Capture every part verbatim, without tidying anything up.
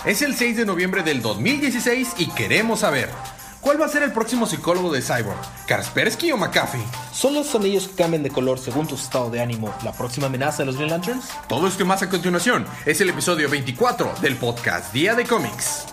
Es el seis de noviembre del dos mil dieciséis y queremos saber: ¿cuál va a ser el próximo psicólogo de Cyborg? ¿Kaspersky o McAfee? ¿Son los anillos que cambian de color según tu estado de ánimo la próxima amenaza de los Green Lanterns? Todo esto y más a continuación. Es el episodio veinticuatro del podcast Día de Cómics.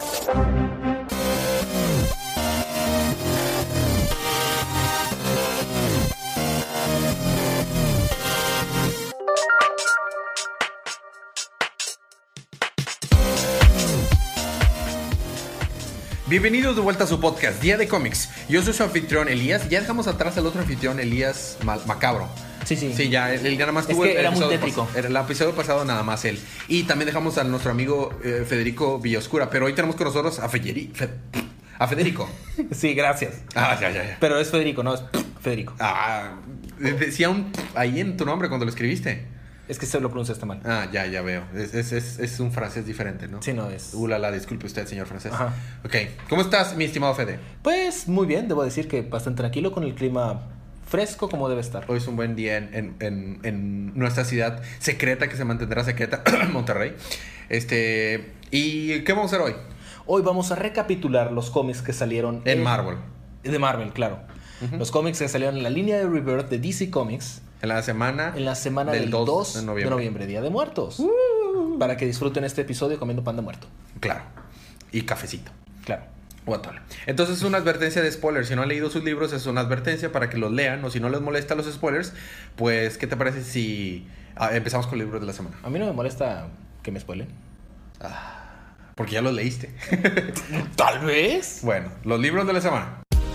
Bienvenidos de vuelta a su podcast Día de Cómics. Yo soy su anfitrión Elías. Ya dejamos atrás al otro anfitrión Elías Mal- Macabro. Sí, sí. Sí, ya, él ya nada más Es tuvo que el, era el muy episodio tétrico. pas- el episodio pasado nada más él. Y también dejamos a nuestro amigo eh, Federico Villoscura. Pero hoy tenemos con nosotros a, Federi- Fe- a Federico. Sí, gracias. Ah, ya, ya, ya. Pero es Federico, no es Federico. Ah, decía un ahí en tu nombre cuando lo escribiste. Es que se lo pronunciaste mal. Ah, ya, ya veo. Es, es, es, es un francés diferente, ¿no? Sí, no es. Uh, la, la, disculpe usted, señor francés. Ajá. Ok. ¿Cómo estás, mi estimado Fede? Pues muy bien, debo decir que bastante tranquilo con el clima fresco como debe estar. Hoy es un buen día en, en, en, en nuestra ciudad secreta, que se mantendrá secreta, Monterrey. Este. ¿Y qué vamos a hacer hoy? Hoy vamos a recapitular los cómics que salieron En Marvel. De Marvel, claro. Ujú. Los cómics que salieron en la línea de Rebirth de D C Comics En la semana. en la semana del, dos de noviembre. Día de Muertos. Uh. Para que disfruten este episodio comiendo pan de muerto. Claro. Y cafecito. Claro. O atole. Entonces es una advertencia de spoilers. Si no han leído sus libros, es una advertencia para que los lean. O si no les molesta los spoilers, pues, ¿qué te parece si ah, empezamos con el libro de la semana? A mí no me molesta que me spoilen. Porque ya los leíste. Tal vez. Bueno, los libros de la semana.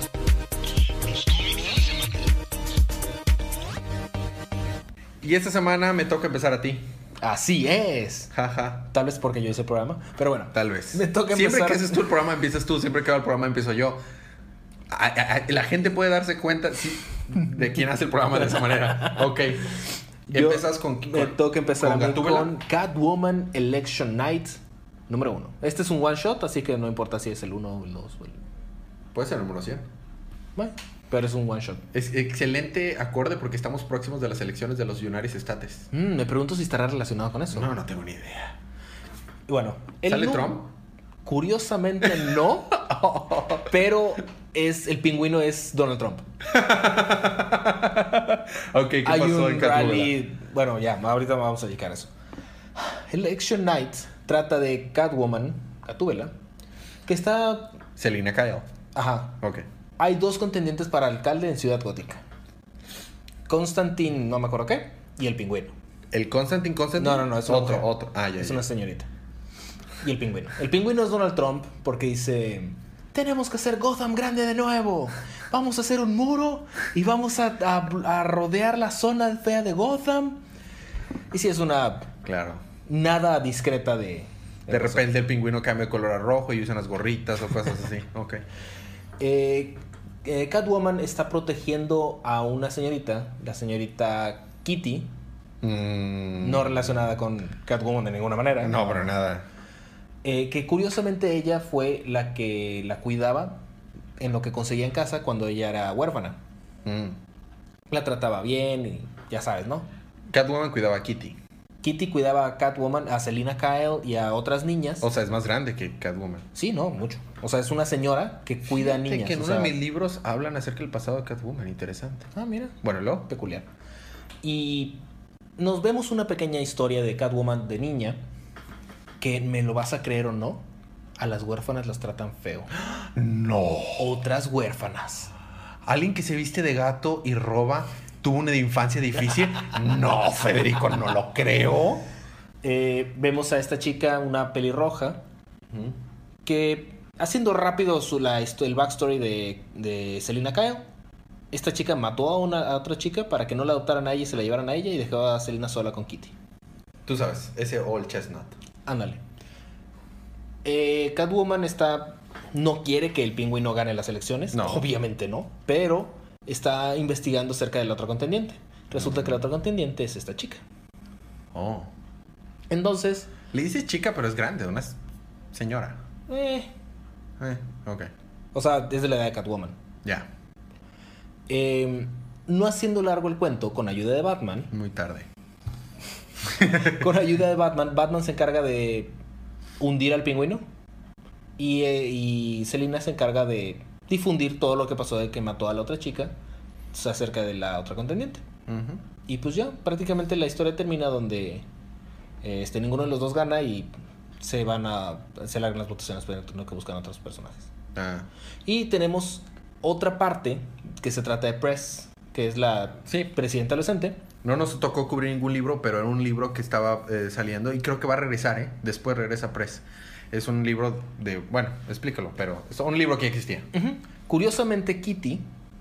Y esta semana me toca empezar a ti. Así es. Jaja. Tal vez porque yo hice el programa. Pero bueno. Tal vez. Me toca Siempre empezar. que haces tú el programa, empiezas tú. Siempre que hago el programa, empiezo yo. A- a- a- la gente puede darse cuenta sí, de quién hace el programa de esa manera. Ok. Yo Empiezas con, Me con- toca empezar con a mí Gatúbela. con Catwoman Election Night número uno. Este es un one shot, así que no importa si es el uno o el dos. El... Puede ser el número cien. Bueno, pero es un one shot. Es excelente acorde porque estamos próximos de las elecciones de los United States. Mm, me pregunto si estará relacionado con eso. No, no tengo ni idea. Y bueno, el ¿Sale nu- Trump? Curiosamente no, pero es el pingüino es Donald Trump. Ok, ¿qué Hay pasó un en Gatúbela? rally. Bueno, ya, ahorita vamos a llegar a eso. Election Night trata de Catwoman, Gatúbela, que está. Selina Kyle. Ajá. Ok. Hay dos contendientes para alcalde en Ciudad Gótica: Constantine, no me acuerdo qué, y el pingüino. ¿El Constantine Constantine? No, no, no, es una otro, mujer. otro. Ah, ya, Es ya. una señorita. Y el pingüino. El pingüino es Donald Trump porque dice: tenemos que hacer Gotham grande de nuevo. Vamos a hacer un muro y vamos a, a- a rodear la zona fea de Gotham. Y sí, es una Claro. nada discreta de... De repente el pingüino cambia de color a rojo y usa unas gorritas o cosas así. Ok. Eh, eh, Catwoman está protegiendo a una señorita, la señorita Kitty, Mm, no relacionada con Catwoman de ninguna manera. No, para nada. Eh, que curiosamente ella fue la que la cuidaba en lo que conseguía en casa cuando ella era huérfana. Mm. La trataba bien y ya sabes, ¿no? Catwoman cuidaba a Kitty. Kitty cuidaba a Catwoman, a Selina Kyle y a otras niñas. O sea, es más grande que Catwoman. Sí, no, mucho. O sea, es una señora que cuida a Fíjate niñas. que en o uno sea, de mis libros hablan acerca del pasado de Catwoman. Interesante. Ah, mira, Bueno, luego. peculiar. Y nos vemos una pequeña historia de Catwoman de niña, que me lo vas a creer o no, a las huérfanas las tratan feo. No. Otras huérfanas. ¿Alguien que se viste de gato y roba tuvo una infancia difícil? No, Federico, no lo creo. Eh, vemos a esta chica, una pelirroja, que haciendo rápido su, la, esto, el backstory de, de Selina Kyle, esta chica mató a, una, a otra chica para que no la adoptaran a ella y se la llevaran a ella y dejó a Selina sola con Kitty. Tú sabes, ese Old Chestnut. Ándale. Eh, Catwoman está... no quiere que el pingüino gane las elecciones. No. Obviamente no. Pero está investigando cerca del otro contendiente. Resulta que el otro contendiente es esta chica. Oh. Entonces... Le dices chica, pero es grande, una señora. Eh, Eh, ok. o sea, es de la edad de Catwoman. Ya. Eh, no haciendo largo el cuento, con ayuda de Batman, Muy tarde. con ayuda de Batman, Batman se encarga de hundir al pingüino. Y, eh, y Selina se encarga de difundir todo lo que pasó de que mató a la otra chica acerca de la otra contendiente. Uh-huh. Y pues ya, prácticamente la historia termina donde eh, este, ninguno de los dos gana y se van a... se largan las votaciones, pero no que buscan otros personajes. Ah. Y tenemos otra parte que se trata de Press, que es la sí. presidenta adolescente. No nos tocó cubrir ningún libro, pero era un libro que estaba eh, saliendo y creo que va a regresar, ¿eh? Después regresa Press. Es un libro de... Bueno, explícalo, pero es un libro que existía. Uh-huh. Curiosamente, Kitty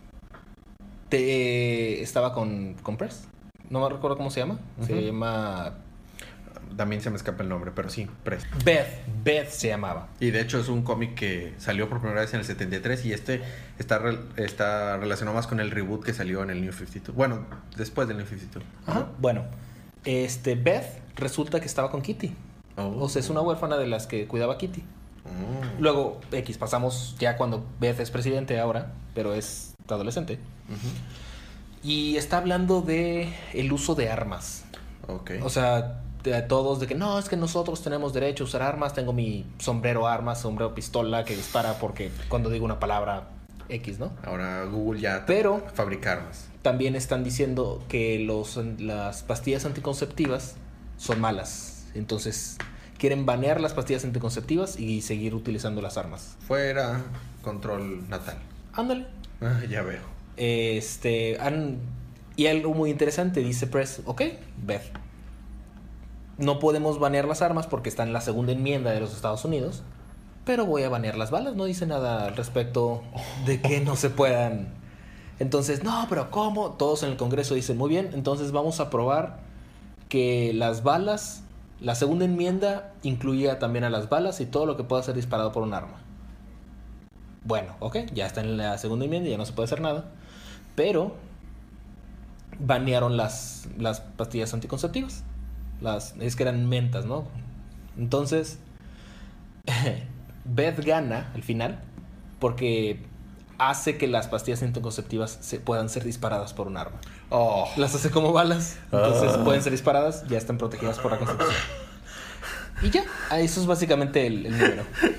te, eh, estaba con, con Press. No me recuerdo cómo se llama. Uh-huh. Se llama... También se me escapa el nombre, pero sí, Press. Beth. Beth se llamaba. Y de hecho es un cómic que salió por primera vez en el setenta y tres y este está, re, está relacionado más con el reboot que salió en el New cincuenta y dos. Bueno, después del New cincuenta y dos. Ajá. Bueno, este, Beth resulta que estaba con Kitty. Oh. O sea, es una huérfana de las que cuidaba a Kitty. Oh. Luego, X, pasamos ya cuando Beth es presidente ahora, pero es adolescente. Uh-huh. Y está hablando de el uso de armas. Okay. O sea, de todos de que no, es que nosotros tenemos derecho a usar armas. Tengo mi sombrero armas, sombrero pistola que dispara porque cuando digo una palabra X, ¿no? Ahora Google ya pero fabrica armas. También están diciendo que los, las pastillas anticonceptivas son malas. Entonces, quieren banear las pastillas anticonceptivas y seguir utilizando las armas. Fuera control natal. Ándale. Ah, ya veo. Este, han... Y algo muy interesante, dice Press, ok, Beth. No podemos banear las armas porque está en la segunda enmienda de los Estados Unidos, pero voy a banear las balas. No dice nada al respecto de que no se puedan. Entonces, no, pero ¿cómo? Todos en el Congreso dicen, muy bien, entonces vamos a aprobar que las balas... La segunda enmienda incluía también a las balas y todo lo que pueda ser disparado por un arma. Bueno, ok, ya está en la segunda enmienda, ya no se puede hacer nada. Pero banearon las, las pastillas anticonceptivas. Las, es que eran mentas, ¿no? Entonces, Beth gana al final porque hace que las pastillas anticonceptivas se puedan ser disparadas por un arma. Oh. Las hace como balas, entonces oh. pueden ser disparadas, ya están protegidas por la Constitución. Y ya, eso es básicamente el, el número.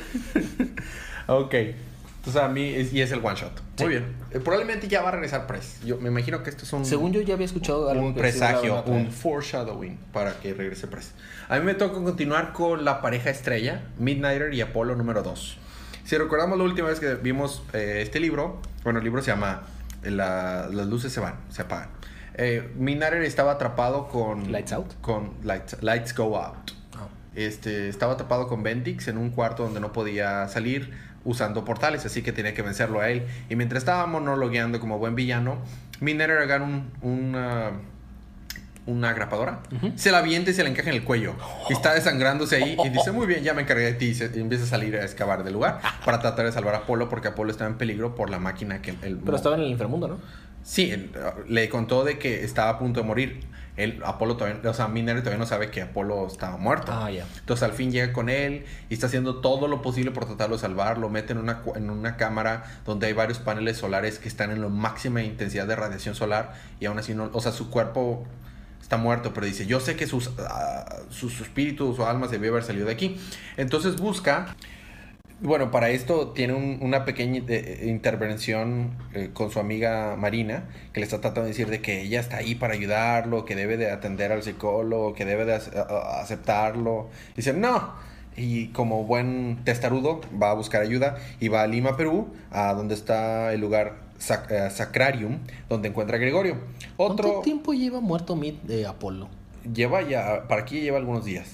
Ok. Entonces a mí, es, y es el one shot. Sí. Muy bien. Eh, probablemente ya va a regresar Press. Yo me imagino que esto es un... Según yo ya había escuchado algo. Un presagio, un foreshadowing para que regrese Press. A mí me toca continuar con la pareja estrella, Midnighter y Apolo número dos. Si recordamos la última vez que vimos eh, este libro, bueno, el libro se llama la, Las luces se van, se apagan. Eh, Midnighter estaba atrapado con... Lights Out. Con Lights, lights Go Out. Oh. Este, estaba atrapado con Bendix en un cuarto donde no podía salir usando portales, así que tenía que vencerlo a él. Y mientras estaba monologueando como buen villano, Midnighter agarra un... un uh, una grapadora, uh-huh. se la avienta y se la encaja en el cuello. Y está desangrándose ahí y dice, muy bien, ya me encargué de ti. Y, se, y empieza a salir a excavar del lugar para tratar de salvar a Apolo, porque Apolo estaba en peligro por la máquina que... El, Pero estaba en el inframundo, ¿no? Sí, él, le contó de que estaba a punto de morir. Él, Apolo todavía, o sea, Midnighter todavía no sabe que Apolo estaba muerto. Ah, ya. Yeah. Entonces al fin llega con él y está haciendo todo lo posible por tratarlo de salvar. Lo mete en una, en una cámara donde hay varios paneles solares que están en la máxima intensidad de radiación solar. Y aún así no, o sea, su cuerpo... está muerto, pero dice, yo sé que sus, uh, sus, su espíritu, su alma se debió haber salido de aquí. Entonces busca, bueno, para esto tiene un, una pequeña eh, intervención eh, con su amiga Marina, que le está tratando de decir de que ella está ahí para ayudarlo, que debe de atender al psicólogo, que debe de uh, aceptarlo. Dice, no. Y como buen testarudo va a buscar ayuda y va a Lima, Perú, a donde está el lugar Sac- uh, Sacrarium, donde encuentra a Gregorio. Otro... ¿Cuánto tiempo lleva muerto Mid de Apolo? Lleva ya, para aquí lleva algunos días.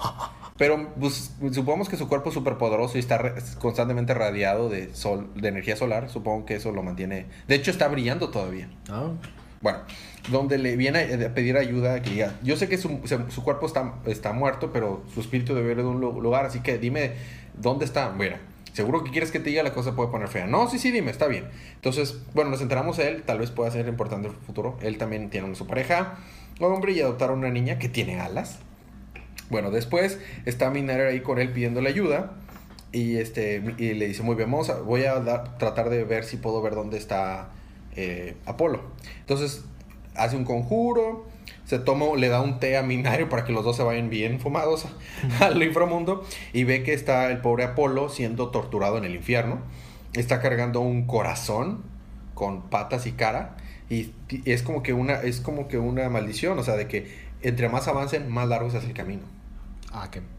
Pero pues, supongamos que su cuerpo es súper poderoso y está re- constantemente radiado de sol, de energía solar. Supongo que eso lo mantiene. De hecho, está brillando todavía. Ah. Bueno, donde le viene a pedir ayuda, que diga, yo sé que su, su cuerpo está, está muerto, pero su espíritu debe ir de un lugar, así que dime, ¿dónde está? Mira, ¿seguro que quieres que te diga? La cosa puede poner fea. No, sí, sí, dime, está bien. Entonces, bueno, nos enteramos de él, tal vez pueda ser importante en el futuro. Él también tiene su pareja, hombre, y adoptaron una niña que tiene alas. Bueno, después está Midnighter ahí con él pidiéndole ayuda. Y, este, y le dice, muy bien, vamos a, voy a dar, tratar de ver si puedo ver dónde está eh, Apolo. Entonces, hace un conjuro, se toma, le da un té a Minario para que los dos se vayan bien fumados al inframundo. Y ve que está el pobre Apolo siendo torturado en el infierno. Está cargando un corazón con patas y cara. Y es como que una, es como que una maldición. O sea, de que entre más avancen, más largo se hace el camino. Ah, qué...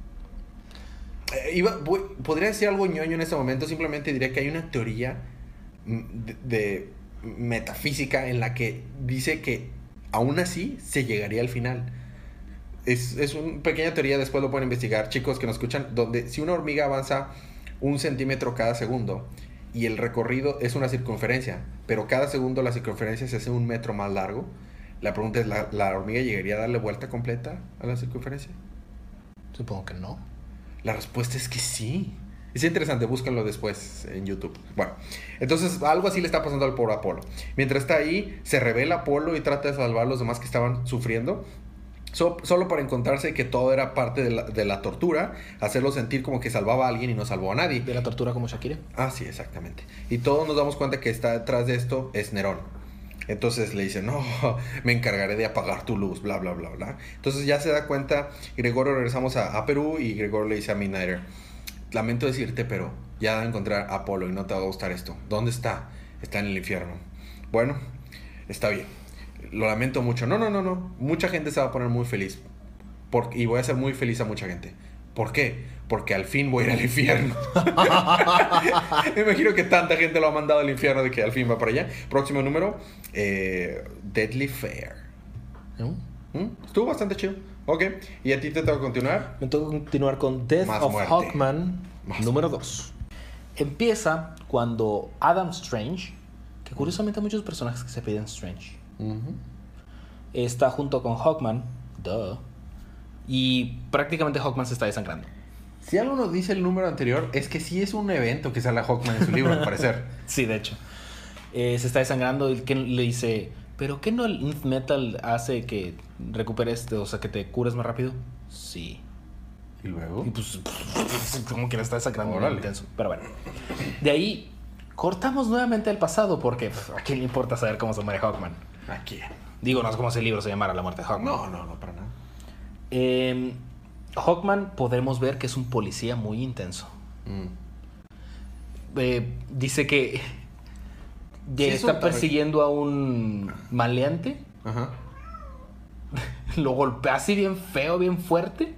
Eh, iba, voy, podría decir algo ñoño en este momento. Simplemente diré que hay una teoría de, de metafísica en la que dice que aún así se llegaría al final. Es, es una pequeña teoría, después lo pueden investigar, chicos que nos escuchan, donde si una hormiga avanza un centímetro cada segundo y el recorrido es una circunferencia, pero cada segundo la circunferencia se hace un metro más largo, la pregunta es, ¿la, la hormiga llegaría a darle vuelta completa a la circunferencia? Supongo que no. La respuesta es que sí. Es interesante, búsquenlo después en YouTube. Bueno, entonces algo así le está pasando al pobre Apolo. Mientras está ahí, se revela Apolo y trata de salvar a los demás que estaban sufriendo. So, solo para encontrarse que todo era parte de la, de la tortura, hacerlo sentir como que salvaba a alguien y no salvó a nadie. ¿De la tortura como Shakira? Ah, sí, exactamente. Y todos nos damos cuenta que está detrás de esto es Nerón. Entonces le dice, no, me encargaré de apagar tu luz, bla, bla, bla, bla. Entonces ya se da cuenta, Gregorio, regresamos a, a Perú y Gregorio le dice a Midnighter, lamento decirte, pero ya va a encontrar a Apolo y no te va a gustar esto. ¿Dónde está? Está en el infierno. Bueno, está bien. Lo lamento mucho. No, no, no, no. Mucha gente se va a poner muy feliz. Por, y voy a hacer muy feliz a mucha gente. ¿Por qué? Porque al fin voy a ir al infierno. Me imagino que tanta gente lo ha mandado al infierno de que al fin va para allá. Próximo número, eh, Deadly Fair. ¿Mm? ¿Mm? Estuvo bastante chido. Ok, ¿y a ti te tengo que continuar? Me tengo que continuar con Death Más of muerte. Hawkman, Más número dos. Empieza cuando Adam Strange, que curiosamente hay muchos personajes que se piden Strange, Uh-huh. está junto con Hawkman, duh, y prácticamente Hawkman se está desangrando. Si algo nos dice el número anterior, es que sí es un evento que sale a Hawkman en su libro, al parecer. Sí, de hecho. Eh, se está desangrando y Ken le dice, ¿pero qué no el Nth Metal hace que recuperes, o sea, que te cures más rápido? Sí. ¿Y luego? Y pues, como que le está desangrando muy Órale. intenso. Pero bueno. De ahí, cortamos nuevamente el pasado porque pff, ¿a quién le importa saber cómo se muere Hawkman? ¿A quién? Digo, no es como ese libro se llamara La muerte de Hawkman. No, no, no, para nada. Eh, Hawkman podemos ver que es un policía muy intenso. Mm. Eh, dice que Sí, es está un- persiguiendo a un maleante. Ajá. Lo golpea así bien feo, bien fuerte.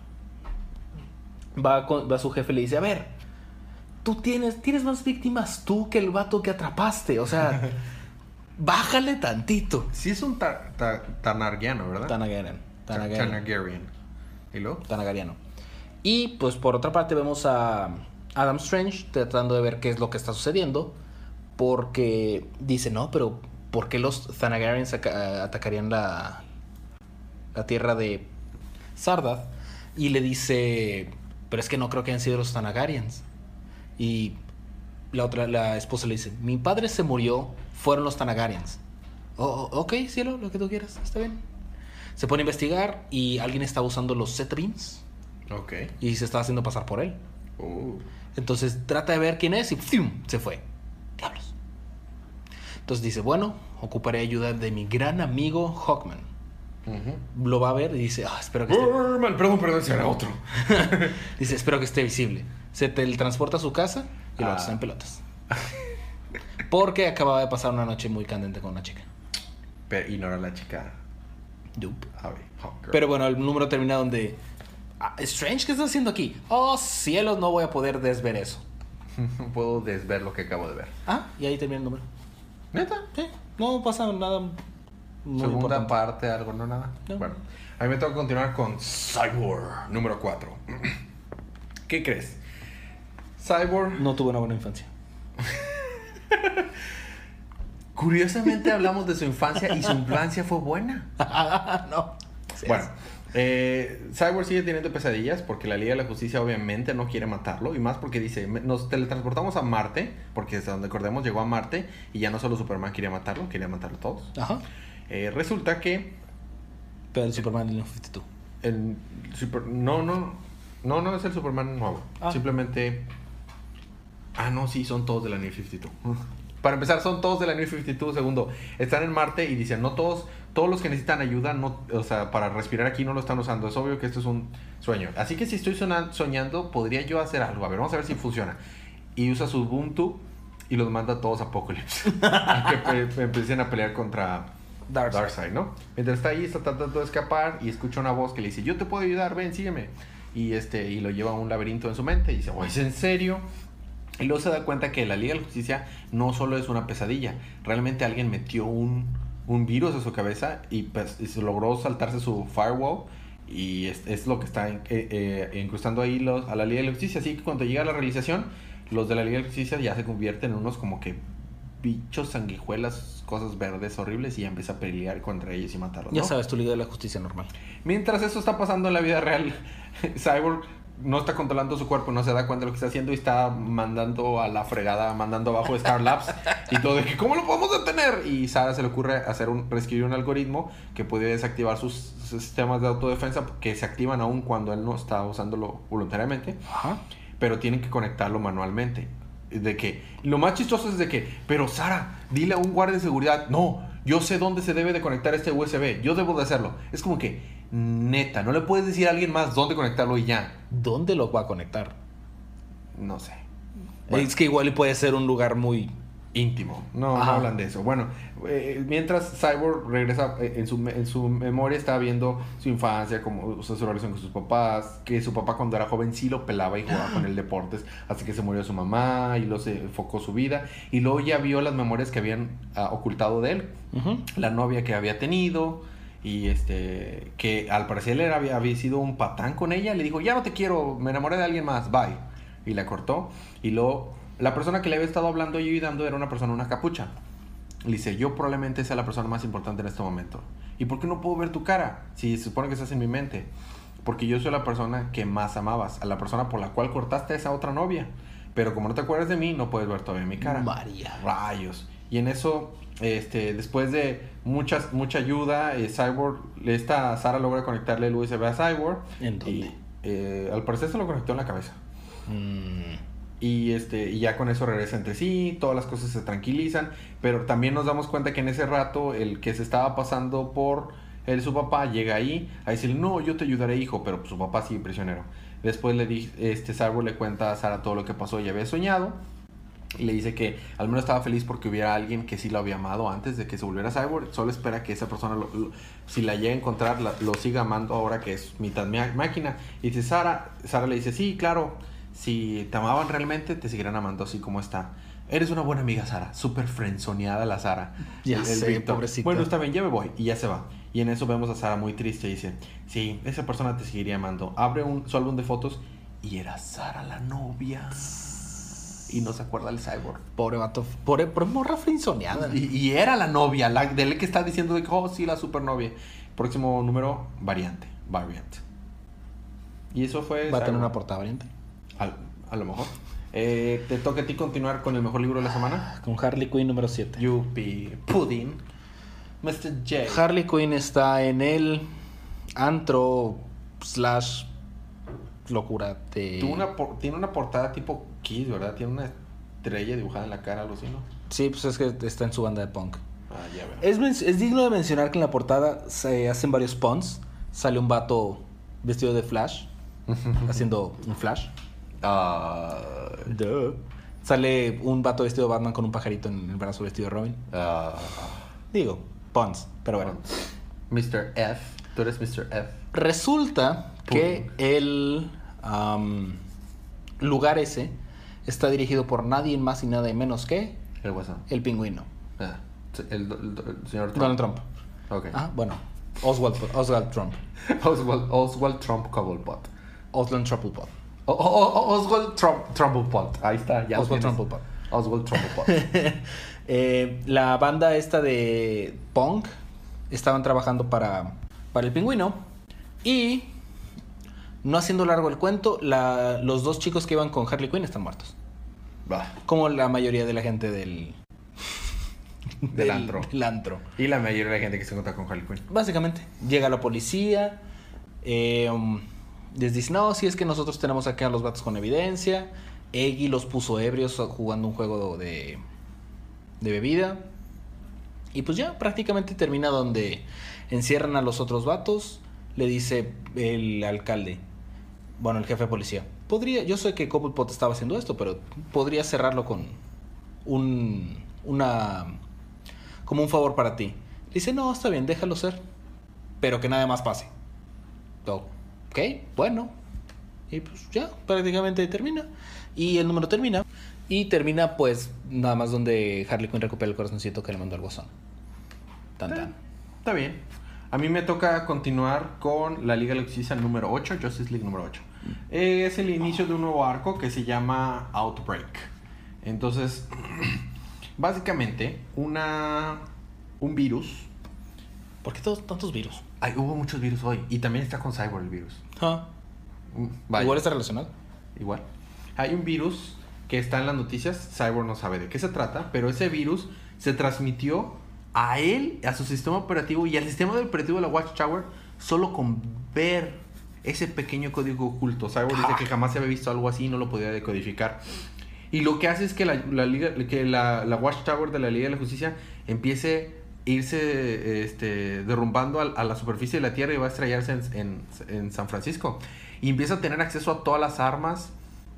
Va, con, va a su jefe y le dice, a ver, tú tienes, tienes más víctimas tú que el vato que atrapaste. O sea, bájale tantito. Sí es un ta- ta- Tanargiano, ¿verdad? Tanagarian. Ta- Tanagarian. Tanagarian. ¿Y luego? Tanagariano. Y pues por otra parte vemos a Adam Strange tratando de ver qué es lo que está sucediendo. Porque dice, no, pero ¿por qué los Thanagarians aca- atacarían la, la tierra de Sardath? Y le dice, pero es que no creo que hayan sido los Thanagarians. Y la otra, la esposa le dice, mi padre se murió, fueron los Thanagarians. Oh, oh, ok, cielo, lo que tú quieras, está bien. Se pone a investigar y alguien está usando los Zeta Beams Ok. y se está haciendo pasar por él. Uh. Entonces trata de ver quién es y ¡fium! Se fue. Diablos. Entonces dice, bueno, ocuparé ayuda de mi gran amigo Hawkman. Uh-huh. Lo va a ver y dice, ah, espero que esté... Uh, mal, perdón, perdón, ese era otro. Dice, espero que esté visible. Se teletransporta a su casa y lo Ah. está en pelotas. Porque acababa de pasar una noche muy candente con una chica. Pero ignora a la chica. Dupe. Javi, Hawker. Pero bueno, el número termina donde... Ah, Strange, ¿qué estás haciendo aquí? Oh, cielos, no voy a poder desver eso. No puedo desver lo que acabo de ver. Ah, y ahí termina el número. ¿Neta? Sí, no pasa nada muy Segunda importante. parte, algo, no nada. No. Bueno, a mí me toca continuar con Cyborg, número cuatro. ¿Qué crees? Cyborg. No tuve una buena infancia. Curiosamente hablamos de su infancia y su infancia fue buena. No. Bueno, eh, Cyborg sigue teniendo pesadillas porque la Liga de la Justicia obviamente no quiere matarlo. Y más porque dice, me- nos teletransportamos a Marte, porque hasta donde acordemos llegó a Marte y ya no solo Superman quería matarlo, quería matarlo todos. Ajá. Eh, resulta que Pero el Superman del cincuenta y dos. el super, no, no, no, no es el Superman nuevo. Ah. Simplemente... Ah, no, sí, son todos de la New cincuenta y dos. Para empezar, son todos de la New cincuenta y dos. Segundo, están en Marte y dicen, no todos, todos los que necesitan ayuda, no, o sea, para respirar aquí no lo están usando. Es obvio que esto es un sueño. Así que si estoy soñando, podría yo hacer algo. A ver, vamos a ver si funciona. Y usa su Ubuntu y los manda a todos a Apocalypse. A que pe- empiecen a pelear contra Darkseid. Darkseid, ¿no? Mientras está ahí, está tratando de escapar y escucha una voz que le dice, yo te puedo ayudar, ven, sígueme. Y, este, y lo lleva a un laberinto en su mente y dice, oh, ¿es en serio? Y luego se da cuenta que la Liga de la Justicia no solo es una pesadilla. Realmente alguien metió un, un virus a su cabeza y, pues, y se logró saltarse su firewall. Y es, es lo que está eh, eh, incrustando ahí los, a la Liga de la Justicia. Así que cuando llega a la realización, los de la Liga de la Justicia ya se convierten en unos como que bichos, sanguijuelas, cosas verdes horribles y ya empieza a pelear contra ellos y matarlos, ¿no? Ya sabes, tu Liga de la Justicia normal. Mientras eso está pasando en la vida real, Cyborg no está controlando su cuerpo, no se da cuenta de lo que está haciendo y está mandando a la fregada, mandando abajo Star Labs y todo de que ¿cómo lo podemos detener? Y Sara se le ocurre hacer un, reescribir un algoritmo que puede desactivar sus, sus sistemas de autodefensa que se activan aún cuando él no está usándolo voluntariamente. Ajá. Pero tienen que conectarlo manualmente. De que, lo más chistoso es de que, pero Sara, dile a un guardia de seguridad, no, yo sé dónde se debe de conectar este U S B, yo debo de hacerlo. Es como que, neta, no le puedes decir a alguien más dónde conectarlo y ya. ¿Dónde lo va a conectar? No sé. Bueno, Es que igual puede ser un lugar muy íntimo. No, no Ajá. hablan de eso. Bueno, eh, mientras Cyborg regresa eh, en su, en su memoria, está viendo su infancia, como, o sea, su relación con sus papás, que su papá cuando era joven sí lo pelaba y jugaba con el deportes, hasta que se murió su mamá y luego se enfocó su vida. Y luego ya vio las memorias que habían uh, ocultado de él, uh-huh. la novia que había tenido. Y este, que al parecer él había, había sido un patán con ella. Le dijo, ya no te quiero, me enamoré de alguien más, bye. Y la cortó. Y luego, la persona que le había estado hablando y ayudando era una persona, una capucha. Le dice, yo probablemente sea la persona más importante en este momento. ¿Y por qué no puedo ver tu cara? Si se supone que estás en mi mente. Porque yo soy la persona que más amabas. A la persona por la cual cortaste a esa otra novia. Pero como no te acuerdas de mí, no puedes ver todavía mi cara. María. Rayos. Y en eso, este, después de muchas, mucha ayuda, eh, Cyborg, esta Sara logra conectarle el U S B a Cyborg. ¿En dónde? Y eh, al parecer se lo conectó en la cabeza. Mm. Y, este, y ya con eso regresa entre sí, todas las cosas se tranquilizan. Pero también nos damos cuenta que en ese rato el que se estaba pasando por él, su papá, llega ahí a decirle, no, yo te ayudaré, hijo. Pero pues, su papá sigue prisionero. Después le di, este, Cyborg le cuenta a Sara todo lo que pasó y había soñado. Y le dice que al menos estaba feliz porque hubiera alguien que sí lo había amado antes de que se volviera Cyborg. Solo espera que esa persona, lo, lo, si la llega a encontrar, la, lo siga amando ahora que es mitad máquina. Y dice Sara, Sara le dice, sí, claro, si te amaban realmente, te seguirán amando así como está. Eres una buena amiga, Sara. Súper frenzoneada la Sara. Ya el, el sé, Víctor. pobrecita. Bueno, está bien, ya me voy. Y ya se va. Y en eso vemos a Sara muy triste y dice, sí, esa persona te seguiría amando. Abre un, su álbum de fotos y era Sara la novia. Y no se acuerda del Cyborg. Pobre vato. Pobre, pobre morra frinzoneada. Y, y era la novia, la de él que está diciendo de que, oh, sí, la supernovia. Próximo número, variante. Variant. Y eso fue... Va a tener Cyborg. una portada variante. A, a lo mejor. Eh, te toca a ti continuar con el mejor libro de la semana. Con Harley Quinn número siete. Yuppie. Pudding. mister J. Harley Quinn está en el antro slash locura de... Tuvo una por- tiene una portada tipo Kiss, ¿verdad? Tiene una estrella dibujada en la cara, algo así, ¿no? Sí, pues es que está en su banda de punk. Ah, ya veo. Es, men- es digno de mencionar que en la portada se hacen varios puns. Sale un vato vestido de Flash, haciendo un Flash. Ah, Duh. Sale un vato vestido de Batman con un pajarito en el brazo vestido de Robin. ah, Digo, puns, pero bueno. mister F. Tú eres mister F. Resulta que el um, lugar ese está dirigido por nadie más y nada menos que El Guasón. el Pingüino. Ah, el, el- el señor Trump. Donald Trump. Ok. Ah, bueno. Oswald, Oswald Trump. Oswald, Oswald Trump Cobblepot. Oswald Trumplepot. O- o- o- Oswald Trump Trumplepot. Ahí está. Ya Oswald lo tienes. Trumplepot. Oswald Trumplepot. Eh, la banda esta de punk estaban trabajando para, para el Pingüino y, no haciendo largo el cuento, la, los dos chicos que iban con Harley Quinn están muertos. Va. Como la mayoría de la gente del... Del antro. del antro. Y la mayoría de la gente que se encuentra con Harley Quinn. Básicamente, llega la policía, eh, um, les dice, no, si es que nosotros tenemos acá a los vatos con evidencia. Eggy los puso ebrios jugando un juego de... de bebida. Y pues ya prácticamente termina donde encierran a los otros vatos. Le dice el alcalde, bueno, el jefe de policía, podría, yo sé que Cobblepot estaba haciendo esto, pero podría cerrarlo con un, una, como un favor para ti. Le dice, no, está bien, déjalo ser, pero que nada más pase. Oh, ok, bueno. Y pues ya, prácticamente termina. Y el número termina. Y termina pues nada más donde Harley Quinn recupera el corazoncito que le mandó al Guasón. Tan tan. Está bien. A mí me toca continuar con la Liga de la Justicia número ocho, Justice League número ocho. Eh, es el inicio de un nuevo arco que se llama Outbreak. Entonces, básicamente, una un virus. ¿Por qué todos tantos virus? Ay, hubo muchos virus hoy. Y también está con Cyborg el virus. Ah. Igual está relacionado. Igual. Hay un virus que está en las noticias. Cyborg no sabe de qué se trata, pero ese virus se transmitió a él, a su sistema operativo y al sistema operativo de la Watchtower solo con ver ese pequeño código oculto. Cyborg dice que jamás se había visto algo así y no lo podía decodificar. Y lo que hace es que la, la, Liga, que la, la Watchtower de la Liga de la Justicia empiece a irse este, derrumbando a, a la superficie de la Tierra y va a estrellarse en, en, en San Francisco. Y empieza a tener acceso a todas las armas,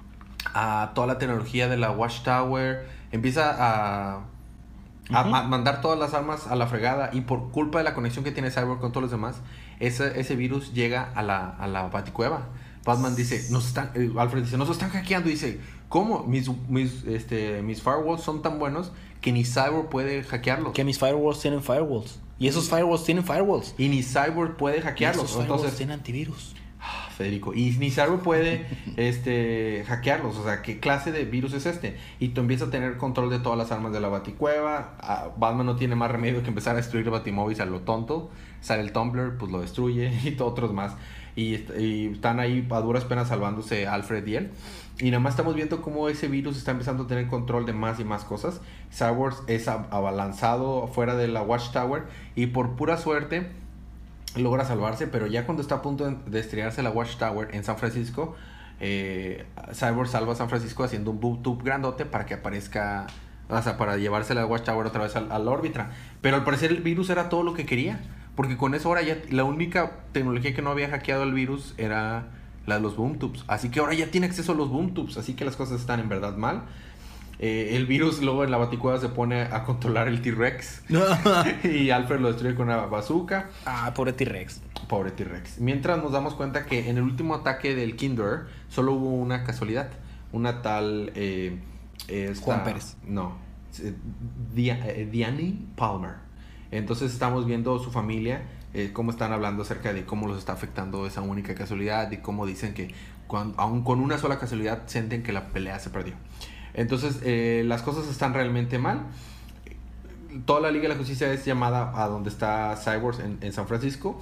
a toda la tecnología de la Watchtower. Empieza a... A, uh-huh. a mandar todas las armas a la fregada. Y por culpa de la conexión que tiene Cyborg con todos los demás, ese, ese virus llega a la, a la Baticueva. Batman dice, nos están, eh, Alfred dice, nos están hackeando. Y dice, ¿cómo? Mis, mis, este, mis firewalls son tan buenos que ni Cyborg puede hackearlos. Que mis firewalls tienen firewalls. Y esos firewalls tienen firewalls. Y ni Cyborg puede hackearlos. Y esos firewalls Entonces, tienen antivirus. Federico, y ni Cyborg puede este, hackearlos. O sea, ¿qué clase de virus es este? Y tú empiezas a tener control de todas las armas de la Baticueva. Ah, Batman no tiene más remedio que empezar a destruir Batimóviles a lo tonto. Sale el Tumblr, pues lo destruye y otros más. Y, y están ahí a duras penas salvándose Alfred y él. Y nada más estamos viendo cómo ese virus está empezando a tener control de más y más cosas. Cyborg es abalanzado fuera de la Watchtower y por pura suerte logra salvarse, pero ya cuando está a punto de estrellarse la Watchtower en San Francisco, eh, Cyborg salva a San Francisco haciendo un boom tube grandote para que aparezca, o sea, para llevarse la Watchtower otra vez a, a la órbita. Pero al parecer el virus era todo lo que quería, porque con eso ahora ya la única tecnología que no había hackeado el virus era la de los boom tubes. Así que ahora ya tiene acceso a los boom tubes, así que las cosas están en verdad mal. Eh, el virus luego en la Baticueva se pone a controlar el T-Rex y Alfred lo destruye con una bazooka. Ah, pobre T-Rex. Pobre T-Rex. Mientras nos damos cuenta que en el último ataque del Kinder solo hubo una casualidad. Una tal... Eh, esta, Juan Pérez. No. Eh, Dia, eh, Diane Palmer. Entonces estamos viendo su familia, eh, cómo están hablando acerca de cómo los está afectando esa única casualidad y cómo dicen que cuando, aun con una sola casualidad sienten que la pelea se perdió. Entonces, eh, las cosas están realmente mal. Toda la Liga de la Justicia es llamada a donde está Cyborg en, en San Francisco.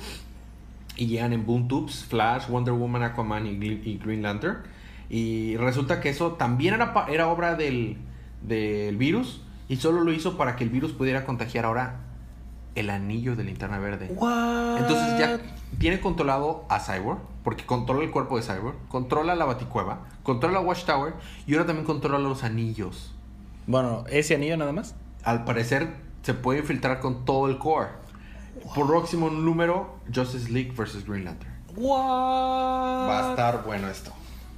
Y llegan en boom tubes, Flash, Wonder Woman, Aquaman y, y Green Lantern. Y resulta que eso también era, era obra del, del virus. Y solo lo hizo para que el virus pudiera contagiar ahora el anillo de Linterna Verde. What? Entonces ya tiene controlado a Cyborg, porque controla el cuerpo de Cyborg, controla la Baticueva, controla la Watchtower y ahora también controla los anillos. Bueno, ¿ese anillo nada más? Al parecer se puede infiltrar con todo el core. Wow. Por próximo número, Justice League versus Green Lantern. What? Va a estar bueno esto.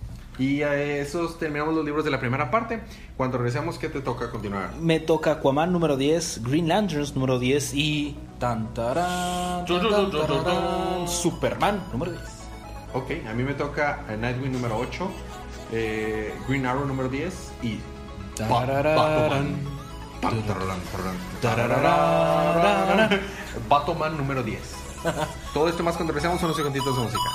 Y a esos terminamos los libros de la primera parte. Cuando regresemos, ¿qué te toca continuar? Me toca Aquaman número diez, Green Lanterns número diez y... Tan, tarán, tan, tan, tarán, Superman número diez. Ok, a mí me toca Nightwing número ocho, eh, Green Arrow número diez y... Batman número diez. Todo esto más cuando regresemos unos segunditos de música.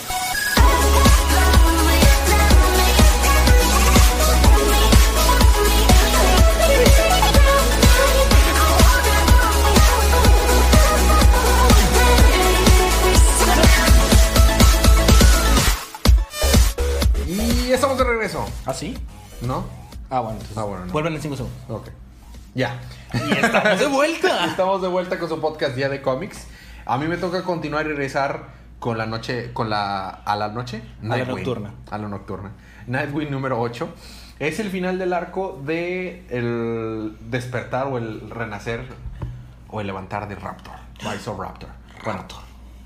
Y estamos de regreso. ¿Ah, sí? ¿No? Ah, bueno, entonces. Ah, bueno, no. Vuelven en cinco segundos. Ok. Ya. Y estamos de vuelta. Estamos de vuelta con su podcast Día de Cómics. A mí me toca continuar y regresar con la noche, con la... ¿A la noche? A la nocturna. A la nocturna. Nightwing número ocho. Es el final del arco de el despertar o el renacer o el levantar de Raptor. Rise of Raptor. Bueno, Raptor.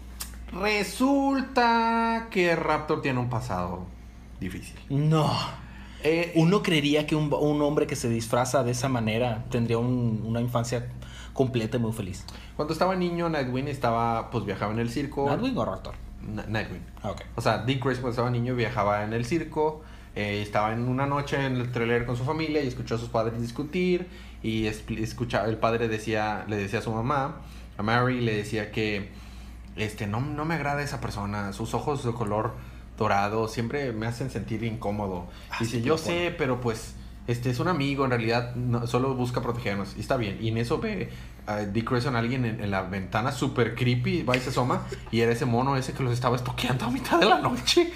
Resulta que Raptor tiene un pasado difícil. No. Eh, Uno creería que un, un hombre que se disfraza de esa manera tendría un, una infancia completa y muy feliz. Cuando estaba niño, Nightwing estaba, pues viajaba en el circo. ¿Nightwing o Raptor? Na- Nightwing. Ah, ok. O sea, Dick Grayson cuando estaba niño viajaba en el circo. Eh, estaba en una noche en el trailer con su familia y escuchó a sus padres discutir. Y escucha, el padre decía, le decía a su mamá, a Mary, le decía que este, no, no me agrada esa persona. Sus ojos de color dorado siempre me hacen sentir incómodo. Ah, Dice, sí, yo claro. sé, pero pues este es un amigo, en realidad no, solo busca protegernos. Y está bien. Y en eso ve a Dick Grayson, alguien en, en la ventana súper creepy, va y se asoma. Y era ese mono ese que los estaba estoqueando a mitad de la noche.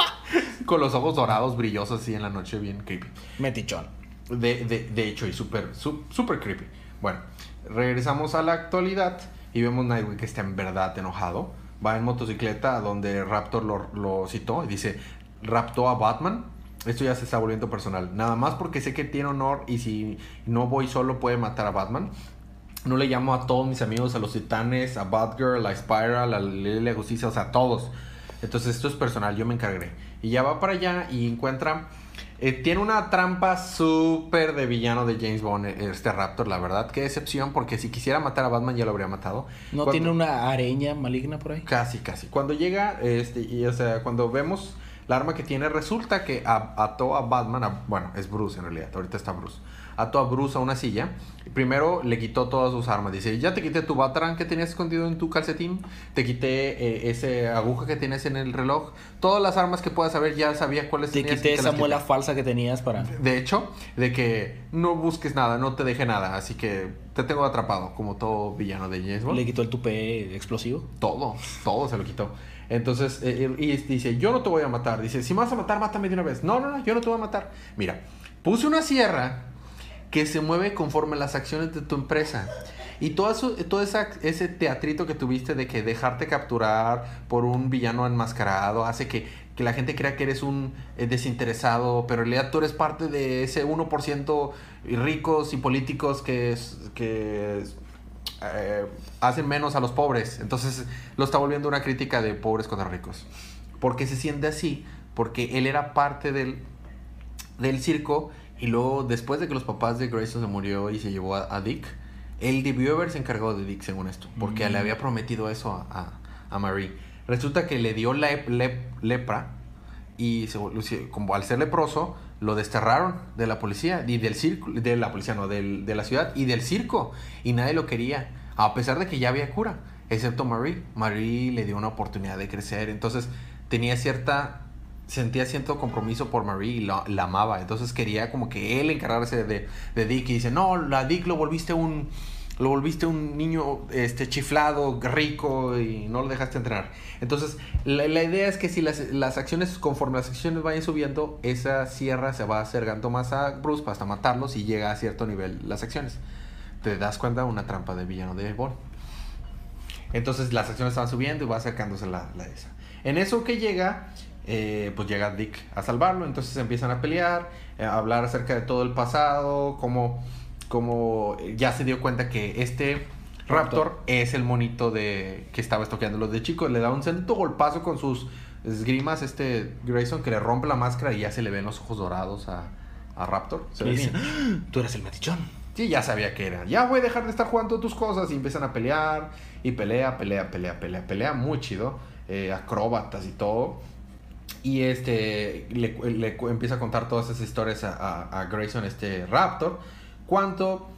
Con los ojos dorados, brillosos así en la noche, bien creepy. Metichón. De, de, de hecho, y súper su- súper creepy. Bueno, regresamos a la actualidad y vemos Nightwing que está en verdad enojado. Va en motocicleta a donde Raptor lo, lo citó y dice, raptó a Batman. Esto ya se está volviendo personal. Nada más porque sé que tiene honor y si no voy solo puede matar a Batman. No le llamo a todos mis amigos, a los Titanes, a Batgirl, a Spiral, a Ley de Justicia, o sea, a todos. Entonces esto es personal, yo me encargaré. Y ya va para allá y encuentra... Eh, tiene una trampa súper de villano de James Bond, este Raptor, la verdad. Qué decepción, porque si quisiera matar a Batman ya lo habría matado. ¿No Cuando... tiene una araña maligna por ahí? Casi, casi. Cuando llega, este, y o sea, cuando vemos la arma que tiene, resulta que a- ató a Batman, a- bueno, es Bruce en realidad, ahorita está Bruce. Ató a Bruce a una silla. Primero le quitó todas sus armas. Dice, ya te quité tu Batarang que tenías escondido en tu calcetín. Te quité eh, ese aguja que tienes en el reloj. Todas las armas que puedas saber, ya sabía cuáles Te tenías. quité y te esa las muela quité. falsa que tenías para... De hecho, de que no busques nada, no te deje nada. Así que te tengo atrapado, como todo villano de James Bond. Le quitó el tupé explosivo. Todo, todo se lo quitó. Entonces, eh, y dice, yo no te voy a matar. Dice, si me vas a matar, mátame de una vez. No, no, no, yo no te voy a matar. Mira, puse una sierra que se mueve conforme las acciones de tu empresa. Y todo eso, todo esa, ese teatrito que tuviste de que dejarte capturar por un villano enmascarado hace que, que la gente crea que eres un eh, desinteresado, pero en realidad tú eres parte de ese uno por ciento ricos y políticos que, es- que es, eh, hacen menos a los pobres. Entonces lo está volviendo una crítica de pobres contra ricos. Porque se siente así, porque él era parte del, del circo. Y luego, después de que los papás de Grayson se murió y se llevó a, a Dick, él debió haberse encargado de Dick, según esto, porque Mm. le había prometido eso a, a, a Marie. Resulta que le dio lep- lep- lepra y se, vol- como al ser leproso, lo desterraron de la policía y del circo, de la policía, no, del, de la ciudad y del circo. Y nadie lo quería, a pesar de que ya había cura, excepto Marie. Marie le dio una oportunidad de crecer, entonces tenía cierta... sentía cierto compromiso por Marie y la, la amaba. Entonces quería como que él encargarse de, de Dick. Y dice, no, la Dick lo volviste un... Lo volviste un niño este, chiflado, rico y no lo dejaste entrenar. Entonces, la, la idea es que si las, las acciones, conforme las acciones vayan subiendo, esa sierra se va acercando más a Bruce hasta matarlos y llega a cierto nivel las acciones. Te das cuenta, una trampa de villano de Bond. Entonces, las acciones van subiendo y va acercándose la, la esa. En eso que llega... Eh, pues llega Dick a salvarlo, entonces empiezan a pelear, eh, a hablar acerca de todo el pasado, como, como ya se dio cuenta que este Raptor, Raptor es el monito de que estaba estoqueándolo de chico, le da un sento golpazo con sus esgrimas este Grayson que le rompe la máscara y ya se le ven los ojos dorados a, a Raptor. Se ve dice, bien. tú eres el metichón. Sí, ya sabía que era. Ya voy a dejar de estar jugando tus cosas. Y empiezan a pelear. Y pelea, pelea, pelea, pelea, pelea. Muy chido. Eh, acróbatas y todo. Y este le, le empieza a contar todas esas historias a, a, a Grayson, este Raptor. Cuanto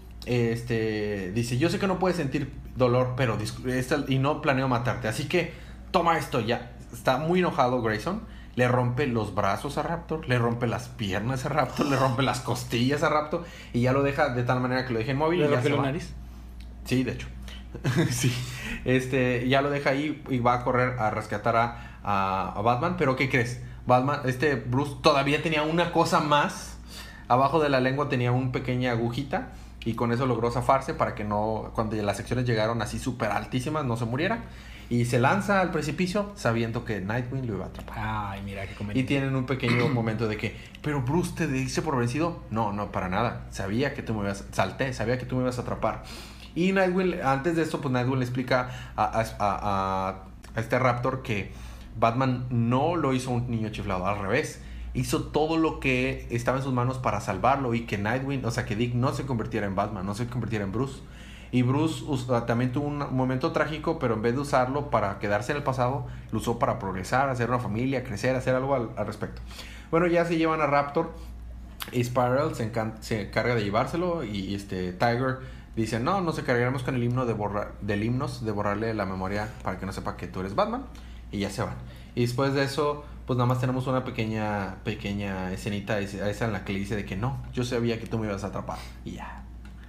este dice, yo sé que no puedes sentir dolor, pero esta, y no planeo matarte. Así que toma esto ya. Está muy enojado Grayson. Le rompe los brazos a Raptor, le rompe las piernas a Raptor, le rompe las costillas a Raptor y ya lo deja de tal manera que lo deja inmóvil. ¿Le y ya rompió se la va. nariz? Sí, de hecho. Sí. Este, ya lo deja ahí y va a correr a rescatar a, a, a Batman. Pero ¿qué crees? Batman, este Bruce todavía tenía una cosa más. Abajo de la lengua tenía una pequeña agujita y con eso logró zafarse para que no, cuando las secciones llegaron así súper altísimas, no se muriera. Y se lanza al precipicio sabiendo que Nightwing lo iba a atrapar. Ay, mira qué conveniente. Y tienen un pequeño momento de que, pero Bruce, ¿te dice por vencido? No, no, para nada. Sabía que tú me ibas, salté, sabía que tú me ibas a atrapar. Y Nightwing, antes de esto, pues Nightwing le explica a, a, a, a este Raptor que Batman no lo hizo un niño chiflado, al revés. Hizo todo lo que estaba en sus manos para salvarlo y que Nightwing, o sea, que Dick no se convirtiera en Batman, no se convirtiera en Bruce. Y Bruce uh, también tuvo un momento trágico, pero en vez de usarlo para quedarse en el pasado, lo usó para progresar, hacer una familia, crecer, hacer algo al, al respecto. Bueno, ya se llevan a Raptor y Spiral se, encan- se encarga de llevárselo y este Tiger dice, no, nos encargaremos con el himno de borrar, del himnos, de borrarle la memoria para que no sepa que tú eres Batman. Y ya se van. Y después de eso, pues nada más tenemos una pequeña pequeña escenita esa en la que le dice de que no, yo sabía que tú me ibas a atrapar. Y ya.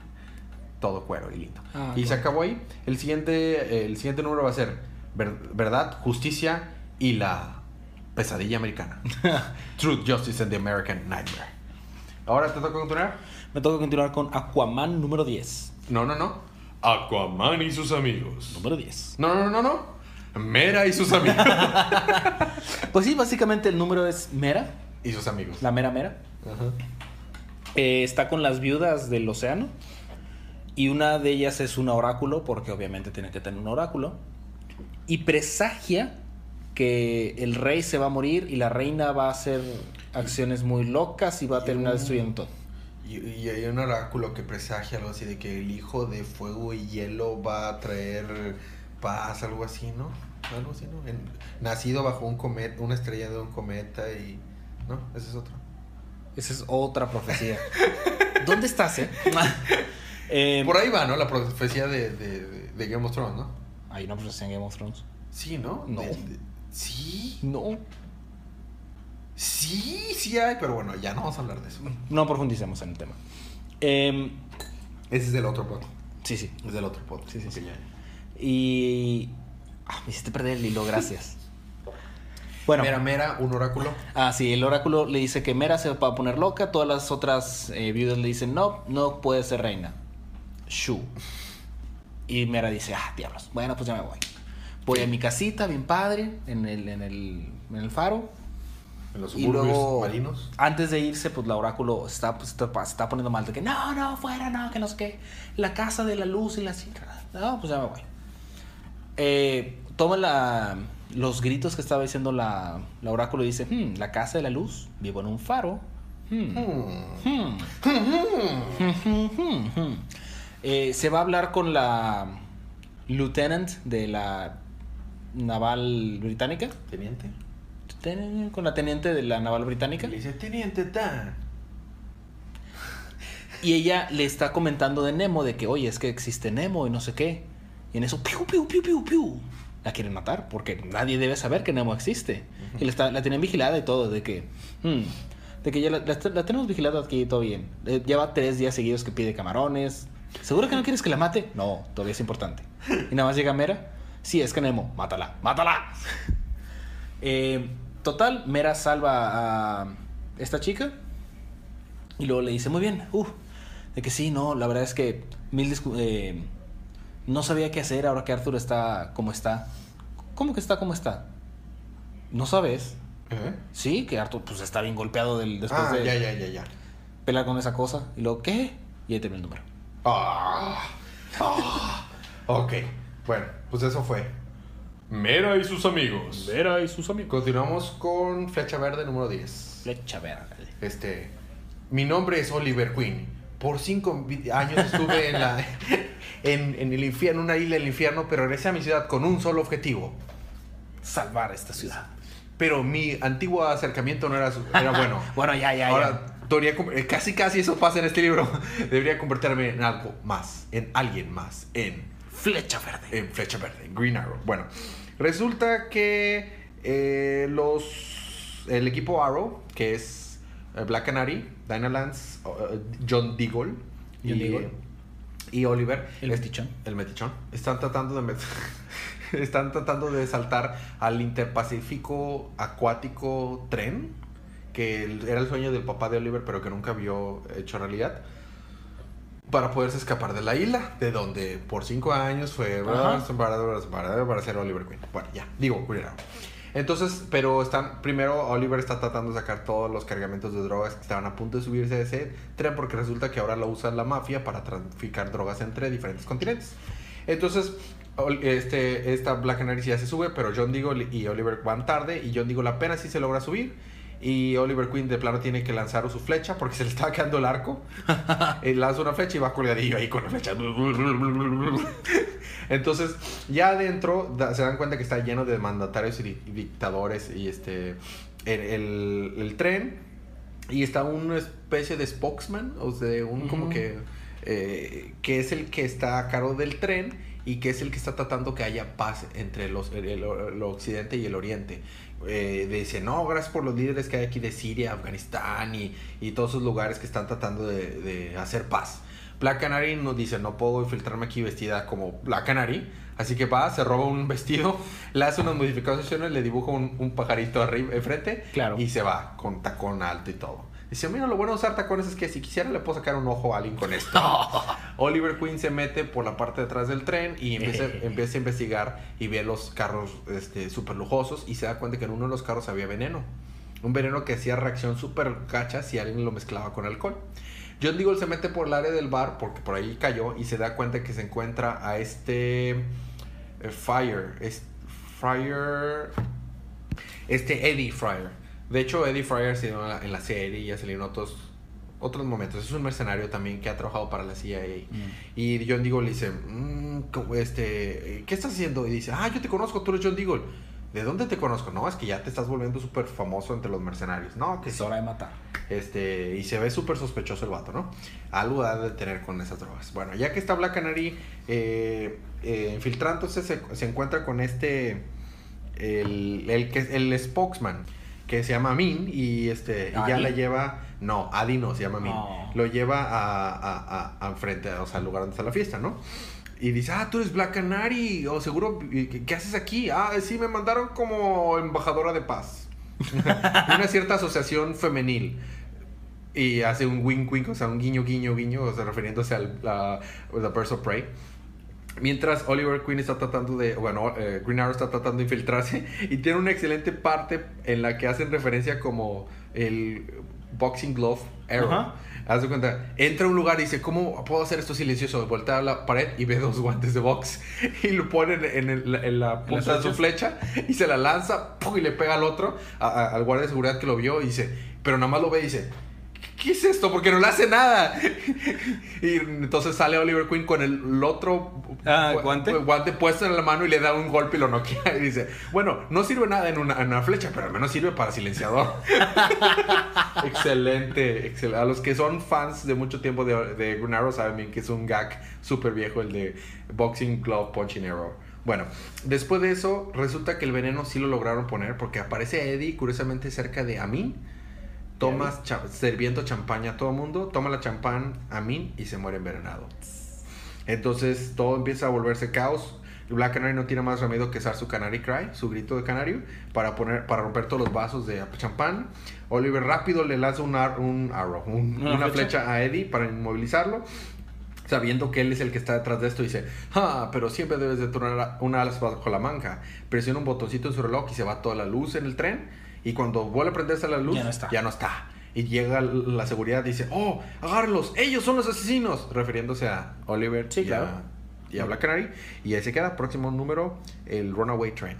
Todo cuero y lindo. Ah, y claro. Se acabó ahí. El siguiente, el siguiente número va a ser ver, Verdad, Justicia y la Pesadilla Americana. Truth, Justice and the American Nightmare. ¿Ahora te toca continuar? Me toca continuar con Aquaman número diez. No, no, no. Aquaman y sus amigos. Número diez. No, no, no, no. Mera y sus amigos. Pues sí, básicamente el número es Mera. Y sus amigos. La Mera Mera. Uh-huh. Eh, está con las viudas del océano. Y una de ellas es un oráculo, porque obviamente tiene que tener un oráculo. Y presagia que el rey se va a morir y la reina va a hacer acciones muy locas y va a terminar destruyendo todo. Y, y hay un oráculo que presagia algo así de que el hijo de fuego y hielo va a traer paz, algo así, ¿no? Algo así, ¿no? En, nacido bajo un cometa, una estrella de un cometa y... ¿No? Ese es otro. Esa es otra profecía. ¿Dónde estás, eh? eh? Por ahí va, ¿no? La profecía de, de, de Game of Thrones, ¿no? ¿Hay una profecía en Game of Thrones? Sí, ¿no? No. De, de, ¿Sí? No. Sí, sí hay, pero bueno, ya no vamos a hablar de eso. No profundicemos en el tema. Eh, Ese es del otro pod. Sí, sí. Es del otro pod. Sí, sí, sí. Y... Ah, me hiciste perder el hilo, gracias. Bueno. Mera, Mera, un oráculo. Ah, sí, el oráculo le dice que Mera se va a poner loca. Todas las otras eh, viudas le dicen, no, no puede ser reina. Shu. Y Mera dice, ah, diablos. Bueno, pues ya me voy. Voy a mi casita, bien padre, en el, en el, en el faro. En los suburbios y luego, marinos. Antes de irse, pues la oráculo está, pues, está, se está poniendo mal. De que no, no, fuera, no, que no sé qué. La casa de la luz y la chingada. No, pues ya me voy. Eh, toma la, los gritos que estaba diciendo la, la oráculo y dice, hmm, la casa de la luz, vivo en un faro. Hmm. Hmm. Hmm. Eh, se va a hablar con la lieutenant de la naval británica. ¿Teniente? Ten, con la teniente de la naval británica. Le dice, teniente tan. Y ella le está comentando de Nemo, de que, oye, es que existe Nemo y no sé qué. Y en eso, piu, piu, piu, piu, piu. La quieren matar, porque nadie debe saber que Nemo existe. Uh-huh. Y la, está, la tienen vigilada y todo, de que... Hmm, de que ya la, la, la tenemos vigilada aquí, todo bien. Eh, lleva tres días seguidos que pide camarones. ¿Seguro que no quieres que la mate? No, todavía es importante. Y nada más llega Mera. Sí, es que Nemo, mátala, mátala. eh... Total, Mera salva a esta chica y luego le dice, muy bien, uh, de que sí, no, la verdad es que mil discu- eh, no sabía qué hacer ahora que Arthur está como está. ¿Cómo que está como está? ¿No sabes? ¿Eh? Sí, que Arthur pues está bien golpeado del, después ah, de ya, ya, ya, ya. pelear con esa cosa. Y luego, ¿qué? Y ahí termina el número. Ah, ah, ok, bueno, pues eso fue Mera y sus amigos. Mera y sus amigos. Continuamos con Flecha Verde número diez. Flecha Verde. Este, mi nombre es Oliver Queen. Por cinco años estuve en la en, en el infierno, una isla del infierno, pero regresé a mi ciudad con un solo objetivo: salvar esta ciudad. Pero mi antiguo acercamiento no era, era bueno. Bueno, ya, ya, Ahora, ya. Debería, casi, casi eso pasa en este libro. Debería convertirme en algo más, en alguien más, en Flecha Verde. En Flecha Verde, en Green Arrow. Bueno, resulta que eh, los el equipo Arrow, que es eh, Black Canary, Dinah Lance, uh, John Diggle y, Diggle. y Oliver, el metichón, el metichón, están tratando de met- están tratando de saltar al Interpacífico Acuático Tren, que era el sueño del papá de Oliver, pero que nunca vio hecho realidad. para poderse escapar de la isla, de donde por cinco años fue para, para, para ser Oliver Queen. Bueno, ya, digo, cuidado. Entonces, pero están, primero Oliver está tratando de sacar todos los cargamentos de drogas que estaban a punto de subirse a ese tren, porque resulta que ahora lo usa la mafia para traficar drogas entre diferentes continentes. Entonces, este, esta Black Canary ya se sube, pero John Diggle y Oliver van tarde, y John Diggle apenas sí se logra subir, y Oliver Queen de plano tiene que lanzar su flecha porque se le está quedando el arco. Él lanza una flecha y va colgadillo ahí con la flecha. Entonces, ya adentro da, se dan cuenta que está lleno de mandatarios y, di- y dictadores y este el, el, el tren, y está una especie de spokesman, o sea, un uh-huh. como que eh, que es el que está a cargo del tren y que es el que está tratando que haya paz entre los, el, el, el occidente y el oriente. Eh, dice, no, gracias por los líderes que hay aquí de Siria, Afganistán y, y todos esos lugares que están tratando de, de hacer paz. Black Canary nos dice, no puedo infiltrarme aquí vestida como Black Canary, así que va, se roba un vestido, le hace unas modificaciones, le dibuja un, un pajarito arriba, enfrente, claro. Y se va con tacón alto y todo. Dice, mira, lo bueno de usar tacones es que si quisiera le puedo sacar un ojo a alguien con esto. Oliver Queen se mete por la parte de atrás del tren y empieza, empieza a investigar y ve los carros este, súper lujosos, y se da cuenta que en uno de los carros había veneno. Un veneno que hacía reacción súper cacha si alguien lo mezclaba con alcohol. John Diggle se mete por el área del bar, porque por ahí cayó, y se da cuenta que se encuentra a este eh, Fire, es, Fryer, este Eddie Fryer. De hecho, Eddie Fryer se dio en la, en la serie y ya salió en otros, otros momentos. Es un mercenario también que ha trabajado para la C I A. Mm. Y John Diggle le dice, mmm, este, ¿qué estás haciendo? Y dice, ah, yo te conozco, tú eres John Diggle. ¿De dónde te conozco? No, es que ya te estás volviendo súper famoso entre los mercenarios. No, que es sí. hora de matar. Este, y se ve súper sospechoso el vato, ¿no? Algo ha de tener con esas drogas. Bueno, ya que está Black Canary eh, eh, infiltrándose, se, se encuentra con este, el, el, el, el spokesman, que se llama Amin, y este y ya la lleva, no, Adi no, se llama Amin, oh. Lo lleva a, a, a, a frente, o sea, al lugar donde está la fiesta, ¿no? Y dice, ah, tú eres Black Canary, o seguro, ¿qué, qué haces aquí? Ah, sí, me mandaron como embajadora de paz. Una cierta asociación femenil. Y hace un wink wink, o sea, un guiño, guiño, guiño, o sea, refiriéndose al a, a Birds of Prey. Mientras Oliver Queen está tratando de, bueno, eh, Green Arrow está tratando de infiltrarse, y tiene una excelente parte en la que hacen referencia como el boxing glove arrow. Uh-huh. Haz de cuenta, entra a un lugar y dice, ¿cómo puedo hacer esto silencioso? Voltea a la pared y ve dos guantes de box y lo pone en, el, en la punta de su flecha y se la lanza, ¡pum!, y le pega al otro, a, a, al guardia de seguridad que lo vio, y dice, pero nada más lo ve y dice, ¿qué es esto? Porque no le hace nada. Y entonces sale Oliver Queen con el otro ah, ¿guante? guante puesto en la mano y le da un golpe y lo noquea. Y dice, bueno, no sirve nada en una, en una flecha, pero al menos sirve para silenciador. Excelente, excelente. A los que son fans de mucho tiempo de, de Green Arrow saben bien que es un gag súper viejo el de Boxing Glove Punching Arrow. Bueno, después de eso resulta que el veneno sí lo lograron poner, porque aparece Eddie curiosamente cerca de Amin. Toma cha- sirviendo champaña a todo mundo, toma la champán Amin y se muere envenenado. Entonces todo empieza a volverse caos. Black Canary no tiene más remedio que usar su Canary Cry, su grito de canario, para poner, para romper todos los vasos de champán. Oliver rápido le lanza un, ar- un arrow, un, ¿Una, una flecha? flecha a Eddie para inmovilizarlo. Sabiendo que él es el que está detrás de esto, dice, ah, pero siempre debes de tener una alas bajo la manga. Presiona un botoncito en su reloj y se va toda la luz en el tren. Y cuando vuelve a prenderse la luz, ya no está. Ya no está. Y llega la seguridad y dice, oh, agárralos, ellos son los asesinos. Refiriéndose a Oliver sí, y, claro. a, y a Black Canary. Y ahí se queda, próximo número, el Runaway Train.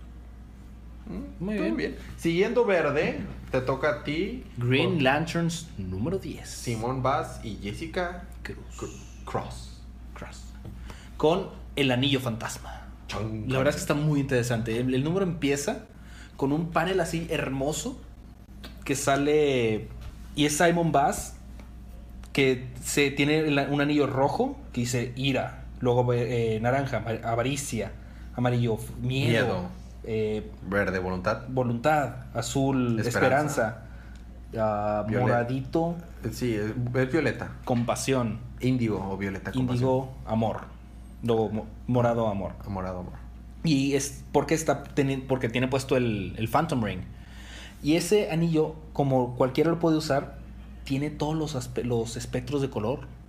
Muy bien. bien. Siguiendo verde, te toca a ti. Green con Lanterns número diez. Simón Bass y Jessica Cruz. Cross. Cross. Con el anillo fantasma. Chon, la verdad es que está muy interesante. El, el número empieza con un panel así hermoso que sale, y es Simon Bass, que se tiene un anillo rojo que dice ira, luego eh, naranja, avaricia, amarillo, miedo, miedo. Eh, verde, voluntad, voluntad, azul, esperanza, esperanza uh, moradito, sí, es, es violeta, compasión, índigo o violeta, índigo, amor, luego mo- morado, amor, morado, amor. Y es porque está teni- porque tiene puesto el, el Phantom Ring. Y ese anillo, como cualquiera lo puede usar, tiene todos los, aspe- los espectros de color.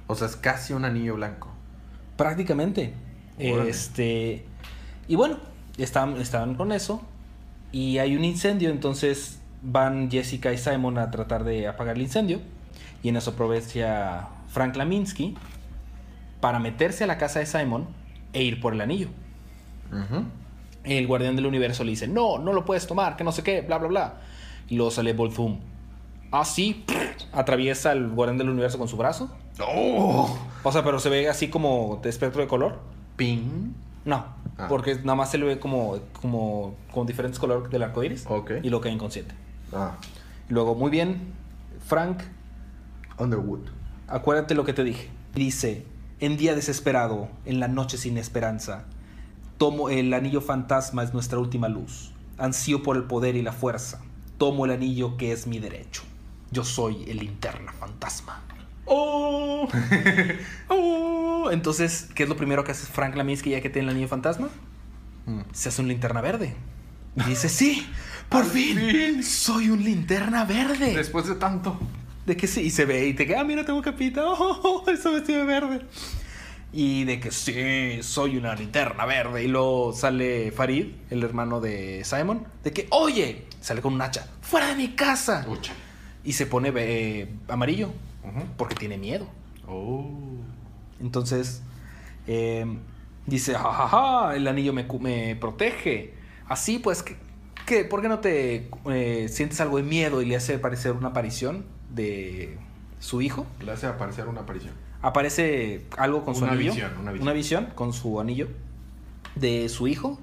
O sea, es casi un anillo blanco. Prácticamente. Órale. Este. Y bueno, estaban, estaban con eso. Y hay un incendio, entonces van Jessica y Simon a tratar de apagar el incendio. Y en eso aprovecha Frank Laminsky para meterse a la casa de Simon e ir por el anillo. Uh-huh. El guardián del universo le dice, no, no lo puedes tomar, que no sé qué, bla, bla, bla. Y luego sale Volthoom. Así, atraviesa al guardián del universo con su brazo. ¡Oh! O sea, pero se ve así como de espectro de color. ¿Ping? No, ah. porque nada más se le ve como, como con diferentes colores del arco iris. Okay. Y lo queda inconsciente. Ah. Y luego, muy bien, Frank Underwood. Acuérdate lo que te dije. Dice, en día desesperado, en la noche sin esperanza, tomo el anillo fantasma, es nuestra última luz. Ansío por el poder y la fuerza. Tomo el anillo que es mi derecho. Yo soy el linterna fantasma. ¡Oh! ¡Oh! Entonces, ¿qué es lo primero que hace Frank Laminsky ya que tiene el anillo fantasma? Mm. Se hace un linterna verde. Y dice, sí, por fin, fin, soy un linterna verde. Después de tanto. De que sí, y se ve y te queda, ah, mira, tengo capita, oh, eso vestido de verde. Y de que sí, soy una linterna verde. Y luego sale Farid, el hermano de Simon, de que, oye, sale con un hacha, fuera de mi casa. Ucha. Y se pone eh, amarillo, uh-huh, porque tiene miedo. Oh. Entonces, eh, dice, jajaja, ja, ja, el anillo me, me protege. Así pues, ¿qué, qué, ¿por qué no te eh, sientes algo de miedo y le hace aparecer una aparición de su hijo? Le hace aparecer una aparición. Aparece algo con su una anillo. Visión, una visión. Una visión con su anillo de su hijo.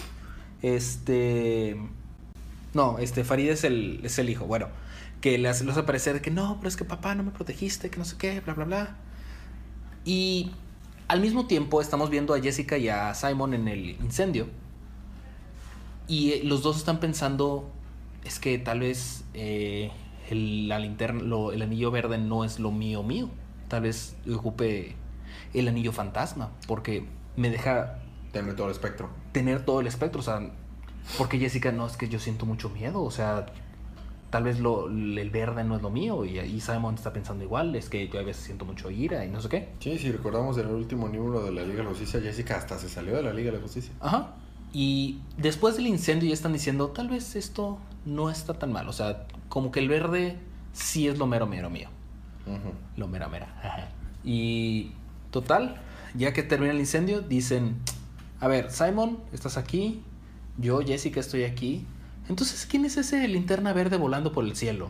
Este. No, este Farid es el, es el hijo. Bueno, que le hace, le hace aparecer que no, pero es que papá no me protegiste, que no sé qué, bla, bla, bla. Y al mismo tiempo estamos viendo a Jessica y a Simon en el incendio. Y los dos están pensando, es que tal vez eh, el, la linterna, lo, el anillo verde no es lo mío mío. Tal vez ocupe el anillo fantasma, porque me deja tener todo el espectro. Tener todo el espectro, o sea, porque Jessica, no, es que yo siento mucho miedo, o sea, tal vez lo, el verde no es lo mío, y ahí Simon está pensando igual, es que yo a veces siento mucho ira y no sé qué. Sí, si recordamos en el último libro de la Liga de la Justicia, Jessica hasta se salió de la Liga de la Justicia. Ajá. Y después del incendio ya están diciendo, tal vez esto no está tan mal, o sea, como que el verde sí es lo mero mero mío. Uh-huh. Lo mera mera. Ajá. Y total, ya que termina el incendio, dicen, a ver, Simon, estás aquí, yo, Jessica, estoy aquí. Entonces, ¿quién es ese linterna verde volando por el cielo?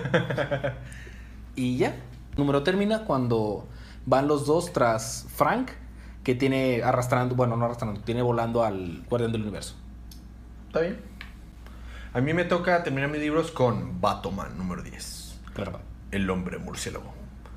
Y ya, número termina cuando van los dos tras Frank, que tiene arrastrando, bueno, no arrastrando, tiene volando al Guardián del Universo. Está bien. A mí me toca terminar mis libros con Batman, número diez. Claro. El hombre murciélago.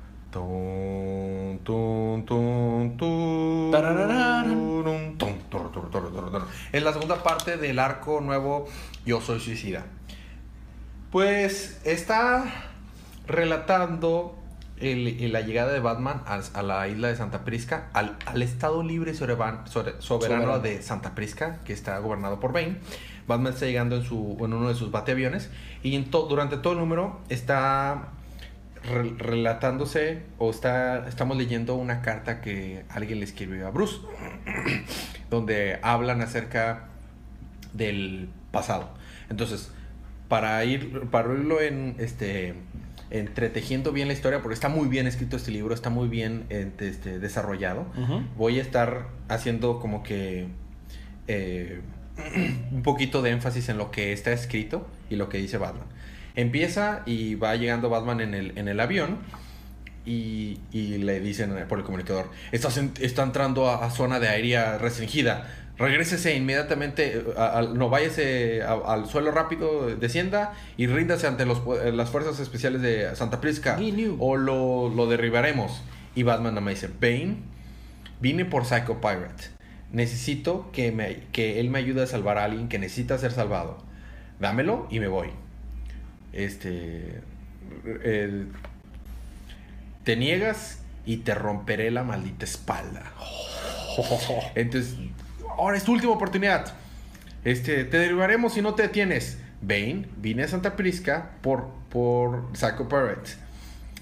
Tum, tum, tum, tum, tum, tum, tum. Es la segunda parte del arco nuevo Yo Soy Suicida. Pues está relatando el, el, la llegada de Batman a, a la isla de Santa Prisca, al, al estado libre y soberano, soberano, soberano de Santa Prisca, que está gobernado por Bane. Batman está llegando en, su, en uno de sus bateaviones y en to, durante todo el número está re, relatándose o está estamos leyendo una carta que alguien le escribió a Bruce donde hablan acerca del pasado. Entonces, para ir para irlo en este entretejiendo bien la historia, porque está muy bien escrito este libro, está muy bien este, desarrollado, uh-huh, voy a estar haciendo como que eh, un poquito de énfasis en lo que está escrito y lo que dice Batman. Empieza y va llegando Batman en el, en el avión y, y le dicen por el comunicador, está, está entrando a, a zona de aérea restringida, regrésese inmediatamente, a, a, no váyase a, al suelo rápido, descienda y ríndase ante los, las fuerzas especiales de Santa Prisca o lo, lo derribaremos. Y Batman me dice, Bane, vine por Psycho Pirate. Necesito que, me, que él me ayude a salvar a alguien que necesita ser salvado. Dámelo y me voy. Este... El, te niegas y te romperé la maldita espalda. Entonces, ahora es tu última oportunidad. Este, te derribaremos si no te detienes. Bane, vine a Santa Prisca por, por Psycho Pirate.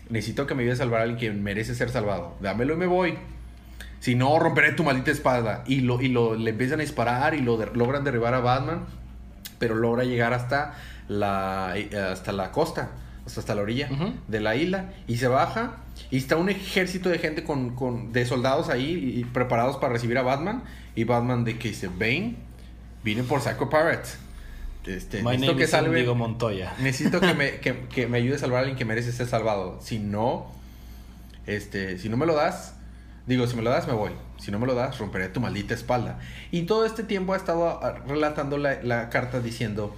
necesito que me ayudes a salvar a alguien que merece ser salvado. Dámelo y me voy. Si no, romperé tu maldita espada. Y, lo, y lo, le empiezan a disparar y lo de, logran derribar a Batman. Pero logra llegar hasta la, hasta la costa, hasta, hasta la orilla uh-huh. de la isla. Y se baja. Y está un ejército de gente con, con, de soldados ahí y, y preparados para recibir a Batman. Y Batman de que dice, Bane, vine por Psycho Pirate. Este, My necesito name que is salve, Indigo Montoya. Necesito que me, que, que me ayude a salvar a alguien que merece ser salvado. Si no, este, si no me lo das, digo, si me lo das me voy. Si no me lo das, romperé tu maldita espalda. Y todo este tiempo ha estado relatando la, la carta diciendo,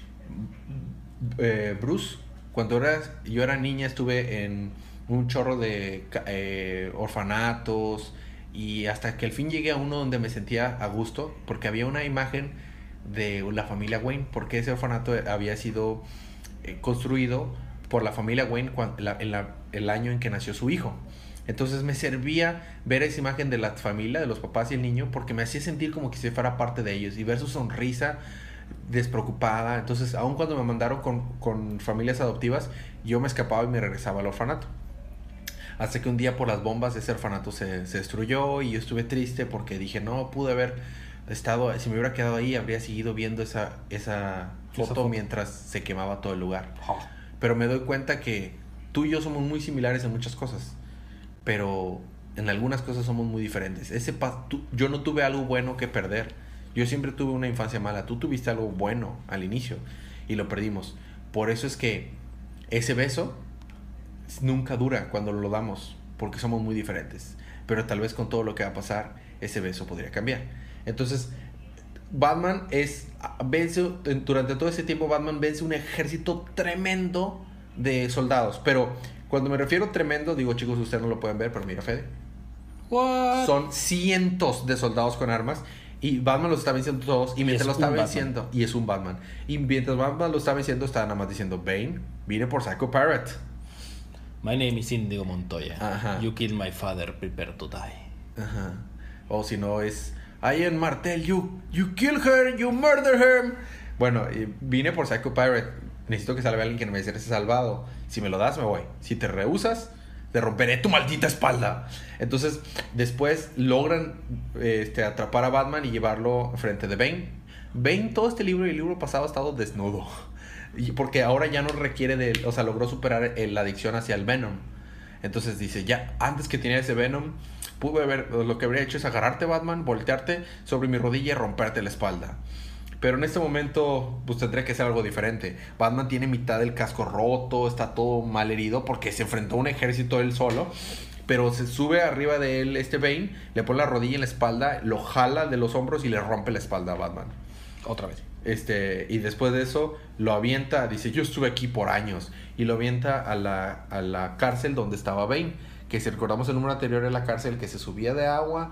eh, Bruce, cuando era, yo era niña estuve en un chorro de eh, orfanatos y hasta que al fin llegué a uno donde me sentía a gusto porque había una imagen de la familia Wayne, porque ese orfanato había sido eh, construido por la familia Wayne cuando, la, en la, el año en que nació su hijo. Entonces me servía ver esa imagen de la familia, de los papás y el niño, porque me hacía sentir como que si fuera parte de ellos y ver su sonrisa despreocupada. Entonces, aun cuando me mandaron con, con familias adoptivas, yo me escapaba y me regresaba al orfanato. Hasta que un día por las bombas ese orfanato se, se destruyó y yo estuve triste porque dije, no, pude haber estado, si me hubiera quedado ahí, habría seguido viendo esa, esa, foto, esa foto mientras se quemaba todo el lugar. Oh. Pero me doy cuenta que tú y yo somos muy similares en muchas cosas, pero en algunas cosas somos muy diferentes. Ese pa- tú, yo no tuve algo bueno que perder. Yo siempre tuve una infancia mala. Tú tuviste algo bueno al inicio y lo perdimos. Por eso es que ese beso nunca dura cuando lo damos, porque somos muy diferentes. Pero tal vez con todo lo que va a pasar, ese beso podría cambiar. Entonces, Batman es vence durante todo ese tiempo Batman vence un ejército tremendo de soldados. Pero cuando me refiero tremendo, digo, chicos, ustedes no lo pueden ver, pero mira, Fede. What? Son cientos de soldados con armas. Y Batman los está venciendo todos. Y mientras lo está venciendo, Batman. Y es un Batman. Y mientras Batman lo está venciendo, está nada más diciendo, Bane, vine por Psycho Pirate. My name is Indigo Montoya. Ajá. You killed my father, prepare to die. Ajá. O si no es, I am Martel, you, you kill her, you murder her. Bueno, vine por Psycho Pirate. Necesito que salve a alguien que me merece ser salvado. Si me lo das, me voy. Si te rehusas, te romperé tu maldita espalda. Entonces, después logran este, atrapar a Batman y llevarlo frente de Bane. Bane, todo este libro y el libro pasado ha estado desnudo. Y porque ahora ya no requiere de... O sea, logró superar el, la adicción hacia el Venom. Entonces dice, ya, antes que tenía ese Venom, pude haber... Lo que habría hecho es agarrarte, Batman, voltearte sobre mi rodilla y romperte la espalda. Pero en este momento, pues tendría que ser algo diferente. Batman tiene mitad del casco roto, está todo mal herido porque se enfrentó a un ejército él solo. Pero se sube arriba de él este Bane, le pone la rodilla en la espalda, lo jala de los hombros y le rompe la espalda a Batman. Otra vez. Este, y después de eso lo avienta, dice, yo estuve aquí por años. Y lo avienta a la, a la cárcel donde estaba Bane. Que si recordamos el número anterior era la cárcel que se subía de agua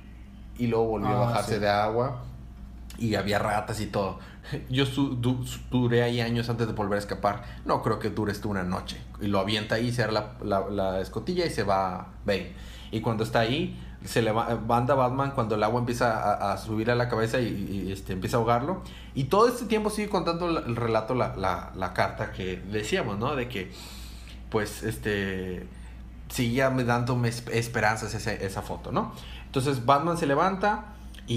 y luego volvió ah, a bajarse sí. de agua. Y había ratas y todo. Yo su, du, duré ahí años antes de volver a escapar. No creo que dures tú una noche. Y lo avienta ahí, cierra la, la, la escotilla y se va Bane. Y cuando está ahí, se levanta Batman cuando el agua empieza a, a subir a la cabeza y, y este, empieza a ahogarlo. Y todo este tiempo sigue contando el, el relato, la, la, la carta que decíamos, ¿no? De que, pues, este... seguía dándome esperanzas esa, esa foto, ¿no? Entonces Batman se levanta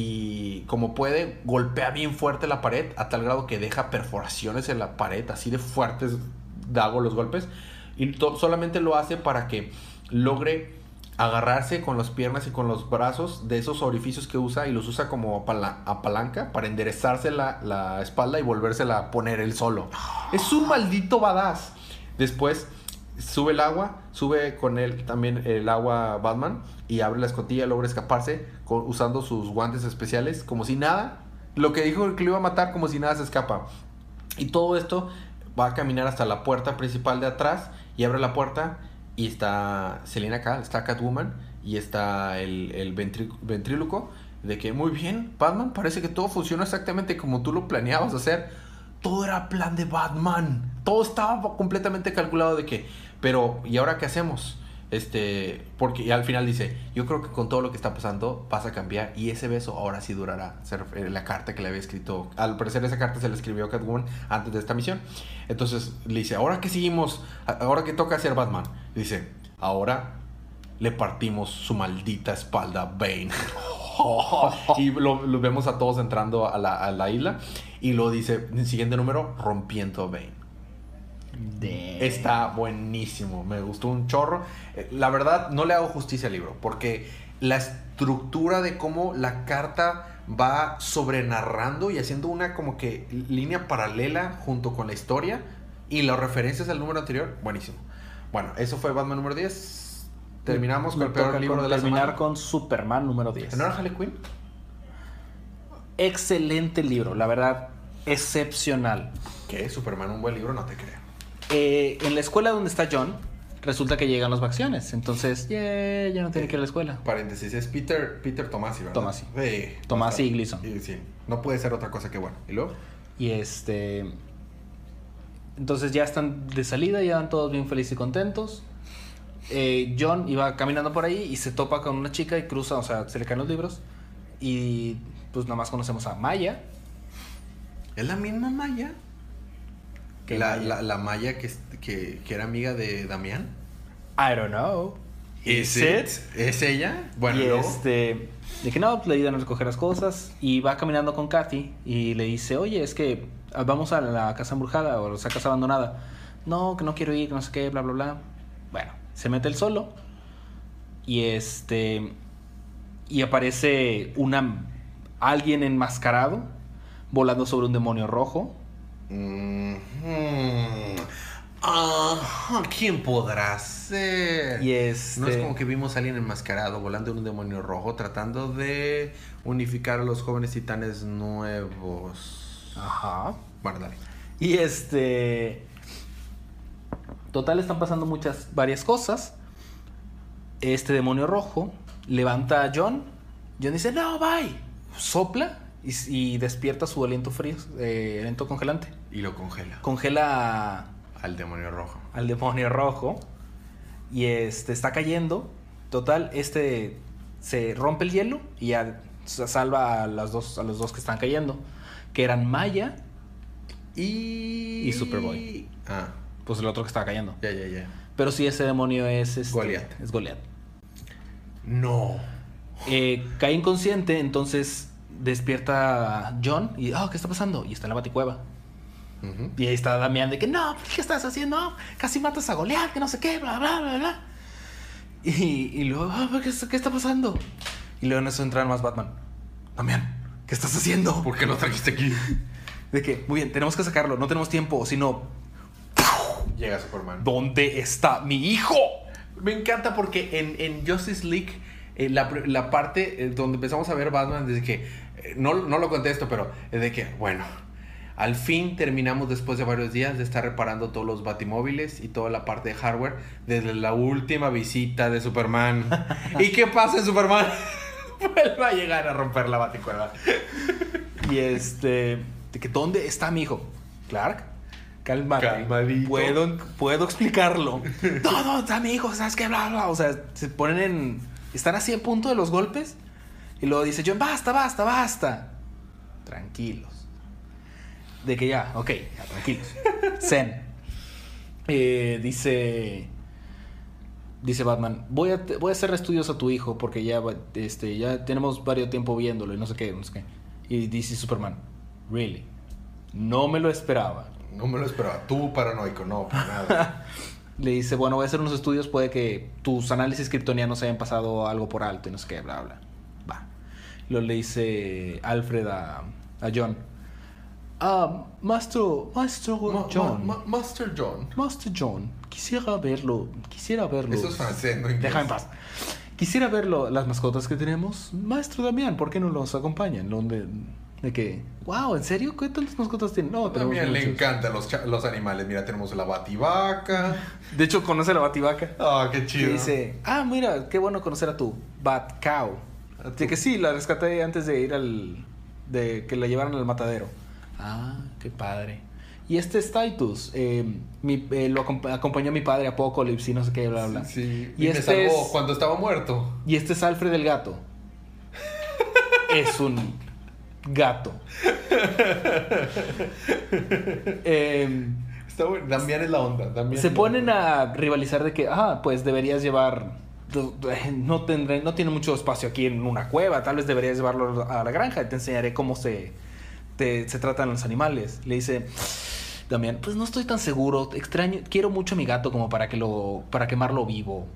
y como puede golpea bien fuerte la pared a tal grado que deja perforaciones en la pared, así de fuertes hago los golpes, y to- solamente lo hace para que logre agarrarse con las piernas y con los brazos de esos orificios que usa y los usa como apala- palanca para enderezarse la, la espalda y volvérsela a poner él solo. Es un maldito badass. Después sube el agua, sube con él también el agua Batman y abre la escotilla, logra escaparse con, usando sus guantes especiales como si nada. Lo que dijo que lo iba a matar, como si nada, se escapa. Y todo esto va a caminar hasta la puerta principal de atrás y abre la puerta y está Selina Kyle, está Catwoman y está el, el ventrí- ventríloco de que muy bien, Batman, parece que todo funcionó exactamente como tú lo planeabas hacer. Todo era plan de Batman. Todo estaba completamente calculado de que... Pero, ¿y ahora qué hacemos? Este, porque y al final dice, yo creo que con todo lo que está pasando vas a cambiar y ese beso ahora sí durará. Se refiere a la carta que le había escrito. Al parecer esa carta se le escribió a Catwoman antes de esta misión. Entonces le dice, ahora que seguimos, ahora que toca ser Batman. Dice, ahora le partimos su maldita espalda a Bane. Y lo, lo vemos a todos entrando a la, a la isla. Y lo dice, el siguiente número, rompiendo a Bane. De... Está buenísimo, me gustó un chorro. La verdad, no le hago justicia al libro, porque la estructura de cómo la carta va sobrenarrando y haciendo una como que línea paralela junto con la historia y las referencias al número anterior, buenísimo. Bueno, eso fue Batman número diez. Terminamos con Me el peor toca libro con de la terminar semana. con Superman número diez. ¿No era Harley Quinn? Excelente libro, la verdad, excepcional. ¿Qué? ¿Superman un buen libro? No te creo. Eh, en la escuela donde está John, resulta que llegan las vacaciones. Entonces, yeah, ya no tiene que ir a la escuela. Paréntesis, es Peter, Peter Tomasi, ¿verdad? Tomasi. Sí. Tomasi y Gleason. Sí, sí. No puede ser otra cosa que bueno. ¿Y luego? Y este... Entonces ya están de salida, ya van todos bien felices y contentos. Eh, John iba caminando por ahí y se topa con una chica y cruza, o sea, se le caen los libros. Y pues nada más conocemos a Maya. ¿Es la misma Maya? ¿Qué La, Maya? la, la Maya que, que, que era amiga de Damián. I don't know. ¿Es, it? ¿Es ella? Bueno, y luego. este, de que no, pues, le ayudan a recoger las cosas y va caminando con Kathy y le dice, oye, es que vamos a la casa embrujada o esa casa abandonada. No, que no quiero ir, no sé qué, bla, bla, bla. Bueno, se mete él solo y este, y aparece una, alguien enmascarado volando sobre un demonio rojo. Mm-hmm. Ajá, ¿quién podrá ser? Y este... No es como que vimos a alguien enmascarado volando en un demonio rojo tratando de unificar a los jóvenes titanes nuevos. Ajá. Bueno, dale. Y este... Total, están pasando muchas, varias cosas. Este demonio rojo levanta a John. John dice, no, bye. Sopla y, y despierta su aliento frío, eh, aliento congelante. Y lo congela. Congela Al demonio rojo. al demonio rojo. Y este está cayendo. Total, este se rompe el hielo y ya salva a, las dos, a los dos que están cayendo. Que eran Maya Y... y Superboy. Ah, Pues el otro que estaba cayendo. ya, ya, ya. Pero sí, ese demonio es... Este, Goliat. Es Goliat. No. Eh, cae inconsciente, entonces despierta John y... Oh, ¿qué está pasando? Y está en la baticueva. Uh-huh. Y ahí está Damián de que... No, ¿qué estás haciendo? Casi matas a Goliat, que no sé qué, bla, bla, bla, bla. Y, y luego... Oh, ¿qué, ¿Qué está pasando? Y luego en eso entran más Batman. Damián, ¿qué estás haciendo? ¿Por qué lo trajiste aquí? De que, muy bien, tenemos que sacarlo, no tenemos tiempo, sino... Llega Superman. ¿Dónde está mi hijo? Me encanta porque en, en Justice League, eh, la, la parte eh, donde empezamos a ver Batman, desde que, eh, no, no lo contesto, pero es de que, bueno, al fin terminamos después de varios días de estar reparando todos los batimóviles y toda la parte de hardware desde la última visita de Superman. ¿Y qué pasa en Superman? Vuelve a llegar a romper la baticueva. Y este... De que, ¿dónde está mi hijo? Clark, cálmate. Calmadito. Puedo, puedo explicarlo. No, no, está mi hijo, ¿sabes qué? Bla, bla. O sea, se ponen en... Están así a punto de los golpes. Y luego dice John, basta, basta, basta. Tranquilos. De que ya, ok, ya, tranquilos. Zen. Eh, dice... Dice Batman, voy a, voy a hacer estudios a tu hijo porque ya, este, ya tenemos varios tiempo viéndolo y no sé qué, no sé qué. Y dice Superman, really, no me lo esperaba. No me lo esperaba. Tú paranoico, no, para nada. Le dice, bueno, voy a hacer unos estudios, puede que tus análisis kryptonianos hayan pasado algo por alto y no sé qué, bla, bla. Va. Luego le dice Alfred a, a John, ah, maestro, maestro Ma- John, ma- ma- Master John. Master John, quisiera verlo, quisiera verlo. Eso es francés, no inglés. Déjame en paz. Quisiera verlo, las mascotas que tenemos. Maestro Damián, ¿por qué no los acompañan? Donde, de que, wow, ¿en serio? ¿Qué tantas mascotas tienen? No, tenemos También le muchos. encantan los, cha- los animales. Mira, tenemos la bativaca. De hecho, conoce a la bativaca. Ah, qué Y chido. dice, ah, mira, qué bueno conocer a tu Bat Cow. A De tu- que sí, la rescaté antes de ir al... de que la llevaran al matadero. Ah, qué padre. y este es Titus. Eh, mi, eh, lo acomp- acompañó a mi padre a Apocalypse y no sé qué, bla, bla. Sí, sí. Y, y este me salvó es, cuando estaba muerto. Y este es Alfred el gato. Es un gato. eh, Está bueno. Damián es la onda. Damián se es la ponen onda. a rivalizar de que, ah, pues deberías llevar... No, tendré, no tiene mucho espacio aquí en una cueva, tal vez deberías llevarlo a la granja y te enseñaré cómo se, te, se tratan los animales. Le dice Damián, pues no estoy tan seguro, extraño, quiero mucho a mi gato como para que lo, para quemarlo vivo.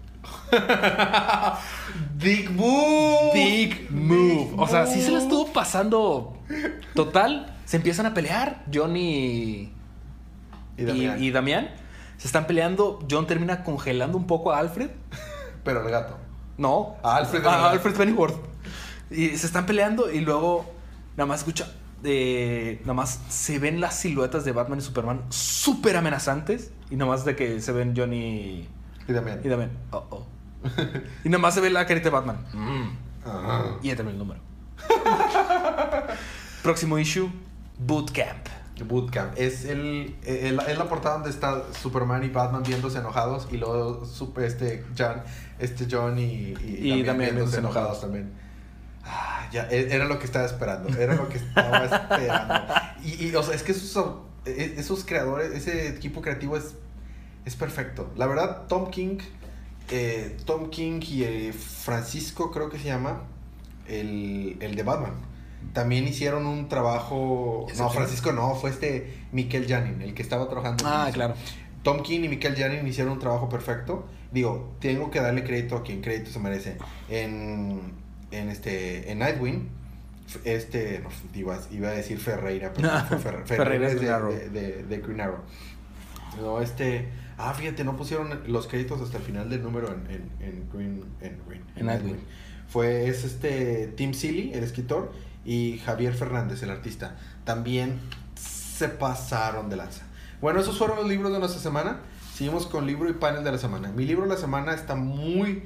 Dick move. Dick move. O sea, sí se la estuvo pasando. Total, se empiezan a pelear. John y Y Damián. y, y Damián se están peleando. John termina congelando un poco a Alfred. Pero el gato. No, A Alfred, a Alfred Pennyworth. Y se están peleando y luego nada más escucha, eh, nada más se ven las siluetas de Batman y Superman súper amenazantes y nada más de que se ven John y Y Damián. y Damián. Oh, oh. Y nada más se ve la carita de Batman. Mm. Ajá. Y ya termina el número. Próximo issue, Bootcamp. Bootcamp. Es el, el- es la portada donde está Superman y Batman viéndose enojados. Y luego super, este John, este John y, y, Y Damián viéndose enojados. también. Ah, ya, e- era lo que estaba esperando. Era lo que estaba esperando. Y, y, o sea, es que esos, e- esos creadores, ese equipo creativo es, es perfecto. La verdad, Tom King, eh, Tom King y eh, Francisco, creo que se llama, el, el de Batman. También hicieron un trabajo. ¿Ese No, quién? Francisco no, fue este Mikel Janin, el que estaba trabajando. en Ah, eso. claro. Tom King y Mikel Janin hicieron un trabajo perfecto. Digo, tengo que darle crédito a quien crédito se merece. En, en este en Nightwing, este, no, iba, iba a decir Ferreira, pero no fue Ferre- Ferreira Ferreira es es de, Green Arrow. de, de- de Green Arrow. No, este, ah, fíjate, no pusieron los créditos hasta el final del número en, en, en Green, en, Green, En Nightwing. Fue es este Tim Seeley, el escritor, y Javier Fernández, el artista. También se pasaron de lanza. Bueno, esos fueron los libros de nuestra semana. Seguimos con libro y panel de la semana. Mi libro de la semana está muy,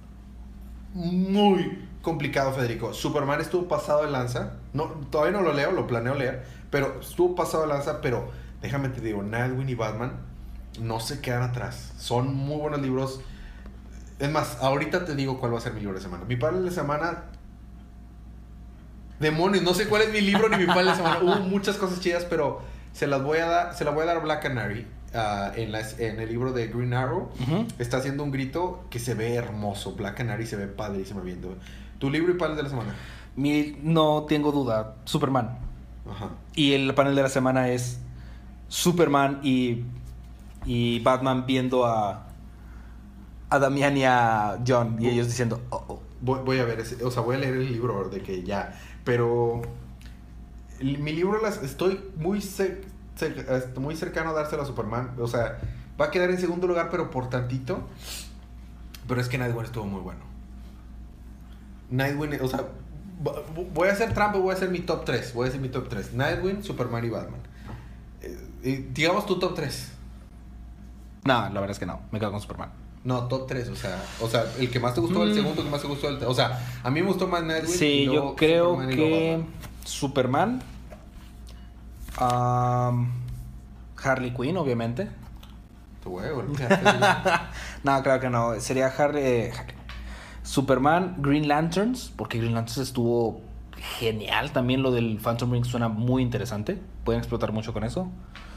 muy complicado, Federico. Superman estuvo pasado de lanza. No, todavía no lo leo, lo planeo leer, pero estuvo pasado de lanza. Pero déjame te digo, Nightwing y Batman no se quedan atrás. Son muy buenos libros. Es más, ahorita te digo cuál va a ser mi libro de semana. Mi panel de semana... Demonios, no sé cuál es mi libro ni mi panel de semana. Hubo muchas cosas chidas, pero se las voy a dar, se la voy a dar a Black Canary uh, en, la, en el libro de Green Arrow. Uh-huh. Está haciendo un grito que se ve hermoso. Black Canary se ve padrísimo viendo. ¿Tu libro y panel de la semana? Mi, no tengo duda, Superman. Ajá. Y el panel de la semana es Superman y, y Batman viendo a, a Damián y a John. Y ellos diciendo, oh, oh. Voy, voy a ver, ese, o sea, voy a leer el libro de que ya. Pero el- mi libro las estoy muy, cer- cer- muy cercano a dárselo a Superman. O sea, va a quedar en segundo lugar, pero por tantito. Pero es que Nightwing estuvo muy bueno. Nightwing, o sea, vo- voy a hacer trampa, voy a hacer mi top tres. Voy a hacer mi top tres. Nightwing, Superman y Batman. Eh, eh, digamos tu top tres. No, la verdad es que no, me quedo con Superman. No, top tres, o sea, o sea, el que más te gustó, el Mm. segundo que más te gustó, el, o sea, a mí me gustó más Nightwing. y Sí, luego yo creo Superman y luego que Batman. Superman, um, Harley Quinn, obviamente. Tu huevo, el No, claro que no. Sería Harley, eh, Harley. Superman, Green Lanterns, porque Green Lanterns estuvo genial. También lo del Phantom Ring suena muy interesante. Pueden explotar mucho con eso.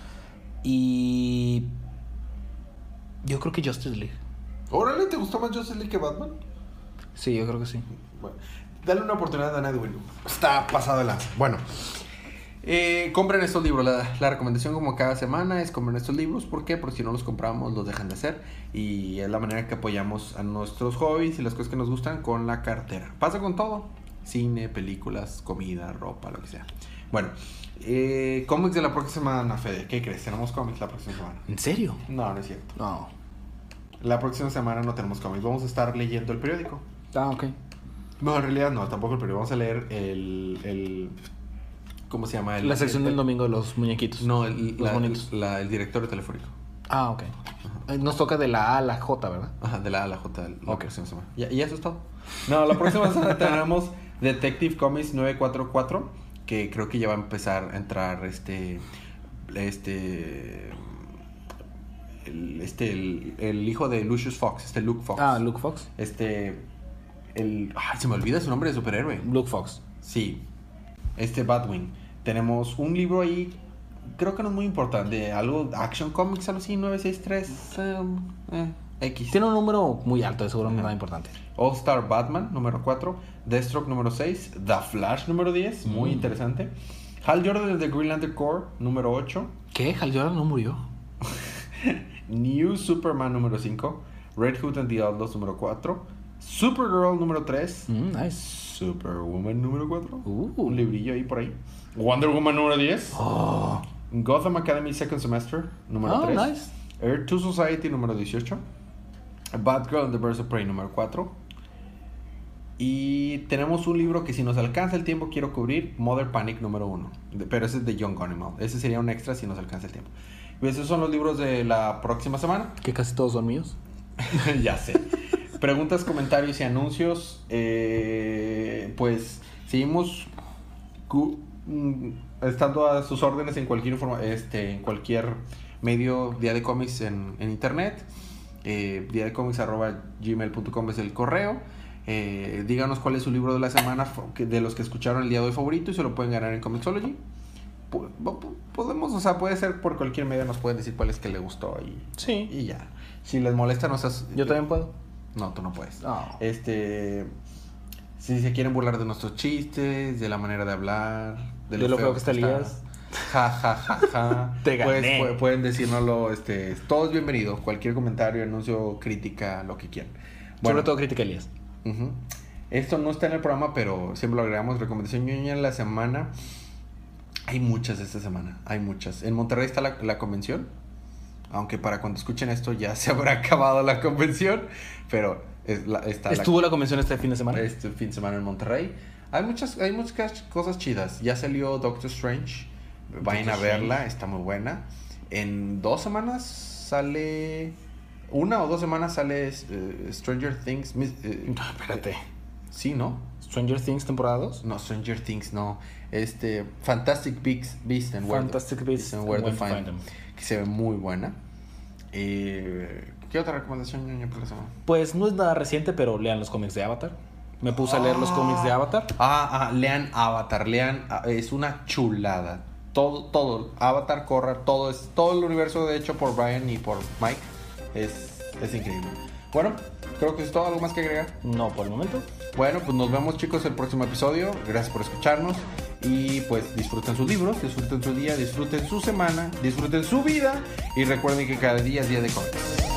Y yo creo que Justice League. Órale, ¿te gustó más Justice League que Batman? Sí, yo creo que sí. Bueno, dale una oportunidad a Nightwing. Está pasado de lanza. Bueno, eh, compren estos libros. La, la recomendación, como cada semana, es compren estos libros. ¿Por qué? Porque si no los compramos, los dejan de hacer. Y es la manera que apoyamos a nuestros hobbies y las cosas que nos gustan con la cartera. Pasa con todo: cine, películas, comida, ropa, lo que sea. Bueno, eh, cómics de la próxima semana, Fede. ¿Qué crees? ¿Tenemos cómics la próxima semana? ¿En serio? No, no es cierto. No. La próxima semana no tenemos cómics. Vamos a estar leyendo el periódico. Ah, ok. No, en realidad no, tampoco el periódico. Vamos a leer el... el ¿cómo se llama? El, La sección el- del domingo de los muñequitos. No, el, Los la- bonitos. la- el directorio telefónico. Ah, ok. Eh, Nos toca de la A a la J, ¿verdad? Ajá, de la A a la J la Ok. próxima semana. Y, y eso es todo. No, la próxima semana tenemos Detective Comics novecientos cuarenta y cuatro, que creo que ya va a empezar a entrar este... este... El, este, el, el hijo de Lucius Fox, este Luke Fox. Ah, Luke Fox. Este... El... Ay, se me olvida su nombre de superhéroe. Luke Fox. Sí. Este Batwing. Tenemos un libro ahí, creo que no es muy importante, algo Action Comics, algo así, nueve seis tres, eh, eh, X. Tiene un número muy alto, de seguro no es nada importante. All Star Batman, número cuatro. Deathstroke, número seis. The Flash, número diez, mm. muy interesante. Hal Jordan de Green Lantern Corps, número ocho. ¿Qué? ¿Hal Jordan no murió? New Superman, número cinco. Red Hood and the Outlaws, número cuatro. Supergirl, número tres. Mm, nice. Superwoman, número cuatro. Uh. Un librillo ahí por ahí. Wonder Woman, número diez. Oh. Gotham Academy Second Semester, número oh, tres. Nice. Earth two Society, número dieciocho. Batgirl and the Birds of Prey, número cuatro. Y tenemos un libro que si nos alcanza el tiempo quiero cubrir, Mother Panic, número uno. Pero ese es de Young Animal. Ese sería un extra si nos alcanza el tiempo. Y esos son los libros de la próxima semana. Que casi todos son míos. Ya sé. Preguntas, comentarios y anuncios. Eh, pues seguimos cu- estando a sus órdenes en cualquier informa- este, en cualquier medio Día de Cómics en, en internet. Eh, día de cómics arroba gmail punto com es el correo. Eh, díganos cuál es su libro de la semana de los que escucharon el día de hoy favorito y se lo pueden ganar en Comixology. Podemos, o sea, puede ser por cualquier medio, nos pueden decir cuál es que le gustó y, sí. y ya. Si les molesta, no seas... Yo también puedo. No, tú no puedes. Oh. Este, si se quieren burlar de nuestros chistes, de la manera de hablar, de, de lo feo que está Elías. Ja, ja, ja, ja. Te gané. Pues, pueden decírnoslo, este, todo es bienvenido. Cualquier comentario, anuncio, crítica, lo que quieran. Bueno, sobre todo crítica Elías. Uh-huh. Esto no está en el programa, pero siempre lo agregamos. Recomendación ñoña en la semana. Hay muchas esta semana, hay muchas. En Monterrey está la, la convención. Aunque para cuando escuchen esto ya se habrá acabado la convención. Pero es la, está ¿Estuvo la, la convención este fin de semana? Este fin de semana en Monterrey. Hay muchas, hay muchas cosas chidas. Ya salió Doctor Strange. Vayan Doctor a verla, Strange. Está muy buena. En dos semanas sale... Una o dos semanas sale uh, Stranger Things. Uh, no, espérate. Sí, ¿no? ¿Stranger Things temporada dos? No, Stranger Things no. Este, Fantastic Beasts, Beast and Where Fantastic Beasts and Where to Find, find them. Que se ve muy buena. Eh, ¿Qué otra recomendación, ñoña, por la semana? Pues no es nada reciente, pero lean los cómics de Avatar. Me puse ah, a leer los cómics de Avatar. Ah, ah, lean Avatar, lean, es una chulada. Todo, todo, Avatar, Korra, todo es, todo el universo de hecho por Brian y por Mike. Es, es increíble. Bueno, creo que es todo. ¿Algo más que agregar? No, por el momento. Bueno, pues nos vemos, chicos, el próximo episodio. Gracias por escucharnos. Y pues disfruten sus libros, disfruten su día, disfruten su semana, disfruten su vida. Y recuerden que cada día es día de cómics.